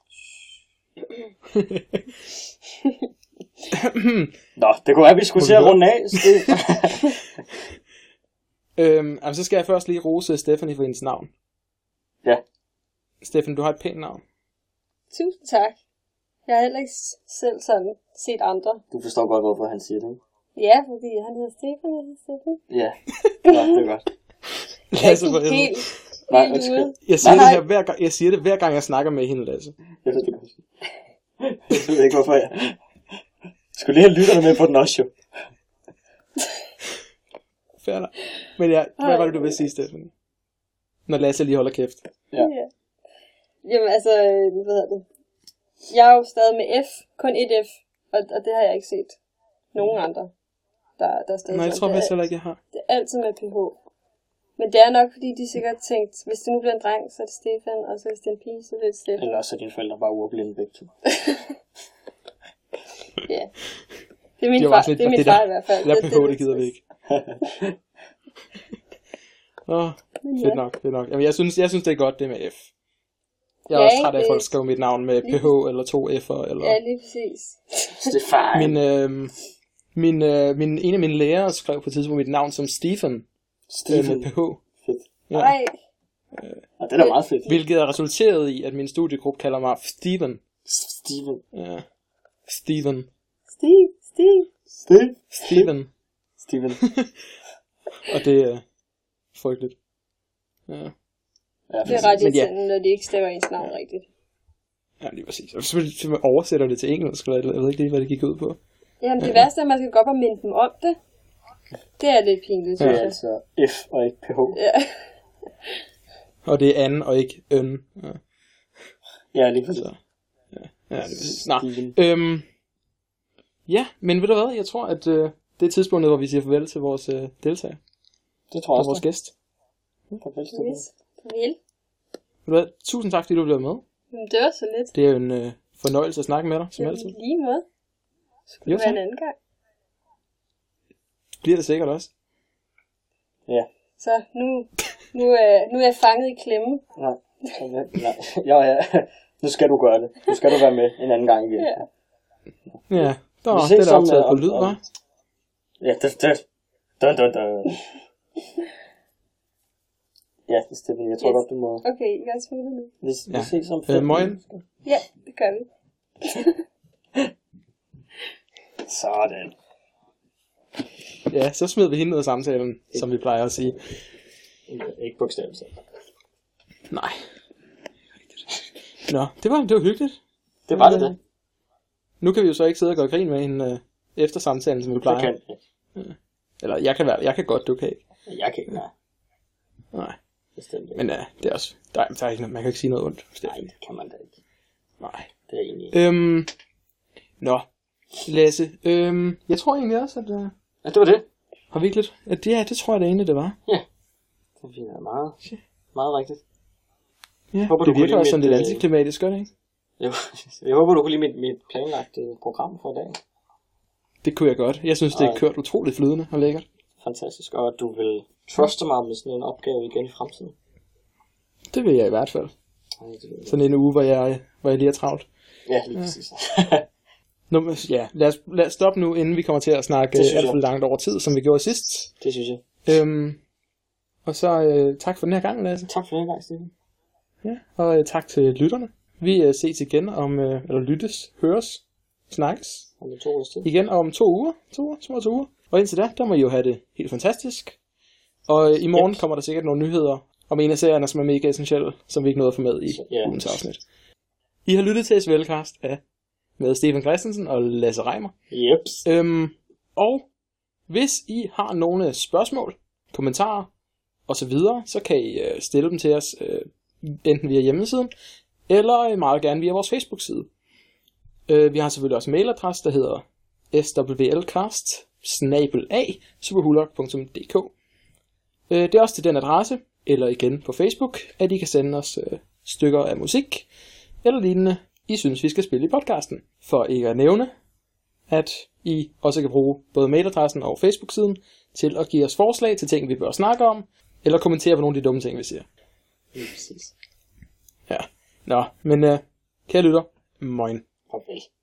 Speaker 1: Nå, det kunne være, at vi skulle til at runde af.
Speaker 2: øhm, altså, så skal jeg først lige rose Stephanie for hendes navn.
Speaker 1: Ja.
Speaker 2: Stephanie, du har et pænt navn.
Speaker 5: Tusind tak. Jeg har heller ikke selv sådan set andre.
Speaker 1: Du forstår godt, hvorfor han siger det, ikke?
Speaker 5: Ja, fordi han hedder Stefan, jeg hedder Stefan.
Speaker 1: Ja, ja det er godt.
Speaker 2: Lasse,
Speaker 5: jeg er ikke helt,
Speaker 1: Nej,
Speaker 5: helt ude.
Speaker 2: Jeg siger, det her, hver gang, jeg siger det hver gang, jeg snakker med hende, Lasse.
Speaker 1: Jeg ved det godt. Jeg ved ikke, hvorfor jeg... jeg skulle lige have lytterne med på den også, jo.
Speaker 2: Færdig. Men ja, hvad var det, du vil sige, Stefan? Når Lasse lige holder kæft.
Speaker 1: Ja.
Speaker 5: ja. Jamen altså, hvad hedder det? Jeg er jo stadig med F, kun et F, og, og det har jeg ikke set nogen andre, der, der er stadig.
Speaker 2: Nej, jeg tror faktisk heller ikke, jeg har.
Speaker 5: Det er altid med P H. Men det er nok, fordi de sikkert tænkt, hvis det nu bliver en dreng, så er det Stefan, og så hvis det er en pige, så er det Stefan.
Speaker 1: Eller også er dine forældre bare uoplinde begge to.
Speaker 5: Ja. Det er min, far, det er min far i hvert fald.
Speaker 2: Det der P H, det gider vi ikke. Åh, oh, fedt nok, fedt nok. Jamen, jeg synes, jeg synes, det er godt, det med F. Jeg er ja, også træt af, at folk skriver mit navn med P H eller to F'er. Eller...
Speaker 5: Ja, lige præcis.
Speaker 1: Stefan.
Speaker 2: Min, øh, min, øh, min, en af mine lærere skrev på et tidspunkt mit navn som Stephen.
Speaker 1: Stephen.
Speaker 2: Med P H.
Speaker 1: Fedt.
Speaker 2: Ja.
Speaker 5: Nej.
Speaker 1: Ja, det er da meget fedt.
Speaker 2: Hvilket er resulteret i, at min studiegruppe kalder mig Steven.
Speaker 1: Steven.
Speaker 2: Ja. Steven.
Speaker 5: Steve. Steve.
Speaker 1: Steve.
Speaker 2: Steven.
Speaker 1: Steven.
Speaker 2: Og det er frygteligt. Ja.
Speaker 5: Ja, det er ret irriterende, når de ikke staver ens navn ja. rigtigt.
Speaker 2: Ja, lige præcis. Og så man oversætter det til engelsk, eller jeg ved ikke lige, hvad det gik ud på.
Speaker 5: Jamen det ja. værste er, at man skal gå op og minde dem om det. Det er lidt pinligt,
Speaker 1: synes jeg. Ja, altså F og ikke P H.
Speaker 5: Ja.
Speaker 2: Og det er an og ikke øn. Ja,
Speaker 1: ja lige præcis.
Speaker 2: Så, ja, ja, lige præcis. Nå, øhm, Ja, men ved du hvad, jeg tror, at øh, det er tidspunktet, hvor vi siger farvel til vores øh, deltager.
Speaker 1: Det tror jeg også.
Speaker 2: Og vores gæst.
Speaker 1: Farvel til
Speaker 5: Yes. Farvel.
Speaker 2: Ved du hvad, tusind tak, fordi du blev med.
Speaker 5: Men det var så lidt.
Speaker 2: Det er jo en øh, fornøjelse at snakke med dig, som altid.
Speaker 5: Lige måde. Skulle
Speaker 2: Jo,
Speaker 5: det være
Speaker 2: tak.
Speaker 5: en anden gang?
Speaker 2: Bliver det sikkert også.
Speaker 1: Ja.
Speaker 5: Så nu, nu, er, nu er jeg fanget i klemme.
Speaker 1: Nej. Nej. Ja, ja. Nu skal du gøre det. Nu skal du være med en anden gang igen.
Speaker 5: Ja.
Speaker 2: Ja, der,
Speaker 1: Vi
Speaker 2: det
Speaker 1: ses
Speaker 2: er der
Speaker 1: om,
Speaker 2: optaget
Speaker 1: øh,
Speaker 2: på
Speaker 1: om-
Speaker 2: lyd,
Speaker 1: om-
Speaker 2: hva'?
Speaker 1: Ja, det, det. Dun, dun, dun. Ja, det stemmer. Jeg tror
Speaker 5: Yes.
Speaker 1: godt, du må...
Speaker 5: Okay, I kan smutte nu.
Speaker 1: Vi, vi
Speaker 2: Ja.
Speaker 1: ses om
Speaker 2: Øh,
Speaker 1: fem
Speaker 2: morgen.
Speaker 1: minutter.
Speaker 5: Ja, det gør vi.
Speaker 1: Sådan.
Speaker 2: Ja, så smider vi hende ud af samtalen, som vi plejer at sige.
Speaker 1: Ikke bogstaveligt. så.
Speaker 2: Nej. Nå, det var, det var hyggeligt.
Speaker 1: Det var det, det.
Speaker 2: Nu kan vi jo så ikke sidde og gøre grin med hende øh, efter samtalen, som vi plejer.
Speaker 1: Jeg kan.
Speaker 2: Eller jeg kan, være, jeg kan godt, du kan ikke.
Speaker 1: Jeg kan ikke, nej.
Speaker 2: Nej,
Speaker 1: Bestemt ikke.
Speaker 2: men uh, det er også, der, der er ikke, noget- man kan ikke sige noget ondt. hvis det er
Speaker 1: Nej,
Speaker 2: fint.
Speaker 1: det kan man da ikke.
Speaker 2: Nej.
Speaker 1: Det er egentlig ikke.
Speaker 2: Øhm, nå, Lasse, øhm, jeg tror egentlig også, at uh,
Speaker 1: Ja, det var det.
Speaker 2: har vi ikke lidt, at det, ja, det tror jeg da egentlig, det var.
Speaker 1: Det er meget, meget rigtigt.
Speaker 2: Ja,
Speaker 1: Håber,
Speaker 2: det
Speaker 1: du kunne
Speaker 2: virker
Speaker 1: lide
Speaker 2: også sådan
Speaker 1: mit,
Speaker 2: lidt
Speaker 1: øh,
Speaker 2: antiklimatisk, gør det ikke?
Speaker 1: Jeg, jeg håber, du kunne lide mit, mit planlagte program for i dag.
Speaker 2: Det kunne jeg godt. Jeg synes, det er
Speaker 1: Ej.
Speaker 2: kørt utroligt flydende og lækkert.
Speaker 1: Fantastisk. Og at du vil truste mig med sådan en opgave igen i fremtiden.
Speaker 2: Det vil jeg i hvert fald.
Speaker 1: Ej, det vil jeg.
Speaker 2: Sådan en uge, hvor jeg, hvor jeg lige er travlt.
Speaker 1: Ja, lige præcis.
Speaker 2: Nå, men, ja, lad os, lad os stoppe nu, inden vi kommer til at snakke
Speaker 1: Det synes
Speaker 2: øh, alt
Speaker 1: jeg.
Speaker 2: for langt over tid, som vi gjorde sidst.
Speaker 1: Det synes jeg.
Speaker 2: Øhm, og så øh, tak for den her gang, Lasse.
Speaker 1: Tak for den gang, Steffen.
Speaker 2: Ja, og øh, tak til lytterne. Vi øh, ses igen om, øh, eller lyttes, høres, snakkes
Speaker 1: Om det to års tid.
Speaker 2: igen om to uger, to uger, små to uger. Og indtil da, der må I jo have det helt fantastisk. Og øh, i morgen
Speaker 1: Yep.
Speaker 2: kommer der sikkert nogle nyheder om en af serierne, som er mega essentielle, som vi ikke nåede at få med i
Speaker 1: Ja.
Speaker 2: ugens afsnit. I har lyttet til Svelcast af med Stephen Christensen og Lasse Reimer.
Speaker 1: Jeps.
Speaker 2: Øhm, og hvis I har nogle spørgsmål, kommentarer osv., så, så kan I øh, stille dem til os øh, enten via hjemmesiden, eller øh, meget gerne via vores Facebook-side. Øh, vi har selvfølgelig også en mailadresse, der hedder s w l cast bindestreg superhulok punktum d k. Øh, det er også til den adresse, eller igen på Facebook, at I kan sende os øh, stykker af musik, eller lignende, I synes, vi skal spille i podcasten. For ikke at nævne, at I også kan bruge både mailadressen og Facebook-siden til at give os forslag til ting, vi bør snakke om, eller kommentere på nogle af de dumme ting, vi siger.
Speaker 1: Lige præcis.
Speaker 2: Ja, nå, men øh, kære lytter, moin.
Speaker 1: Farvel.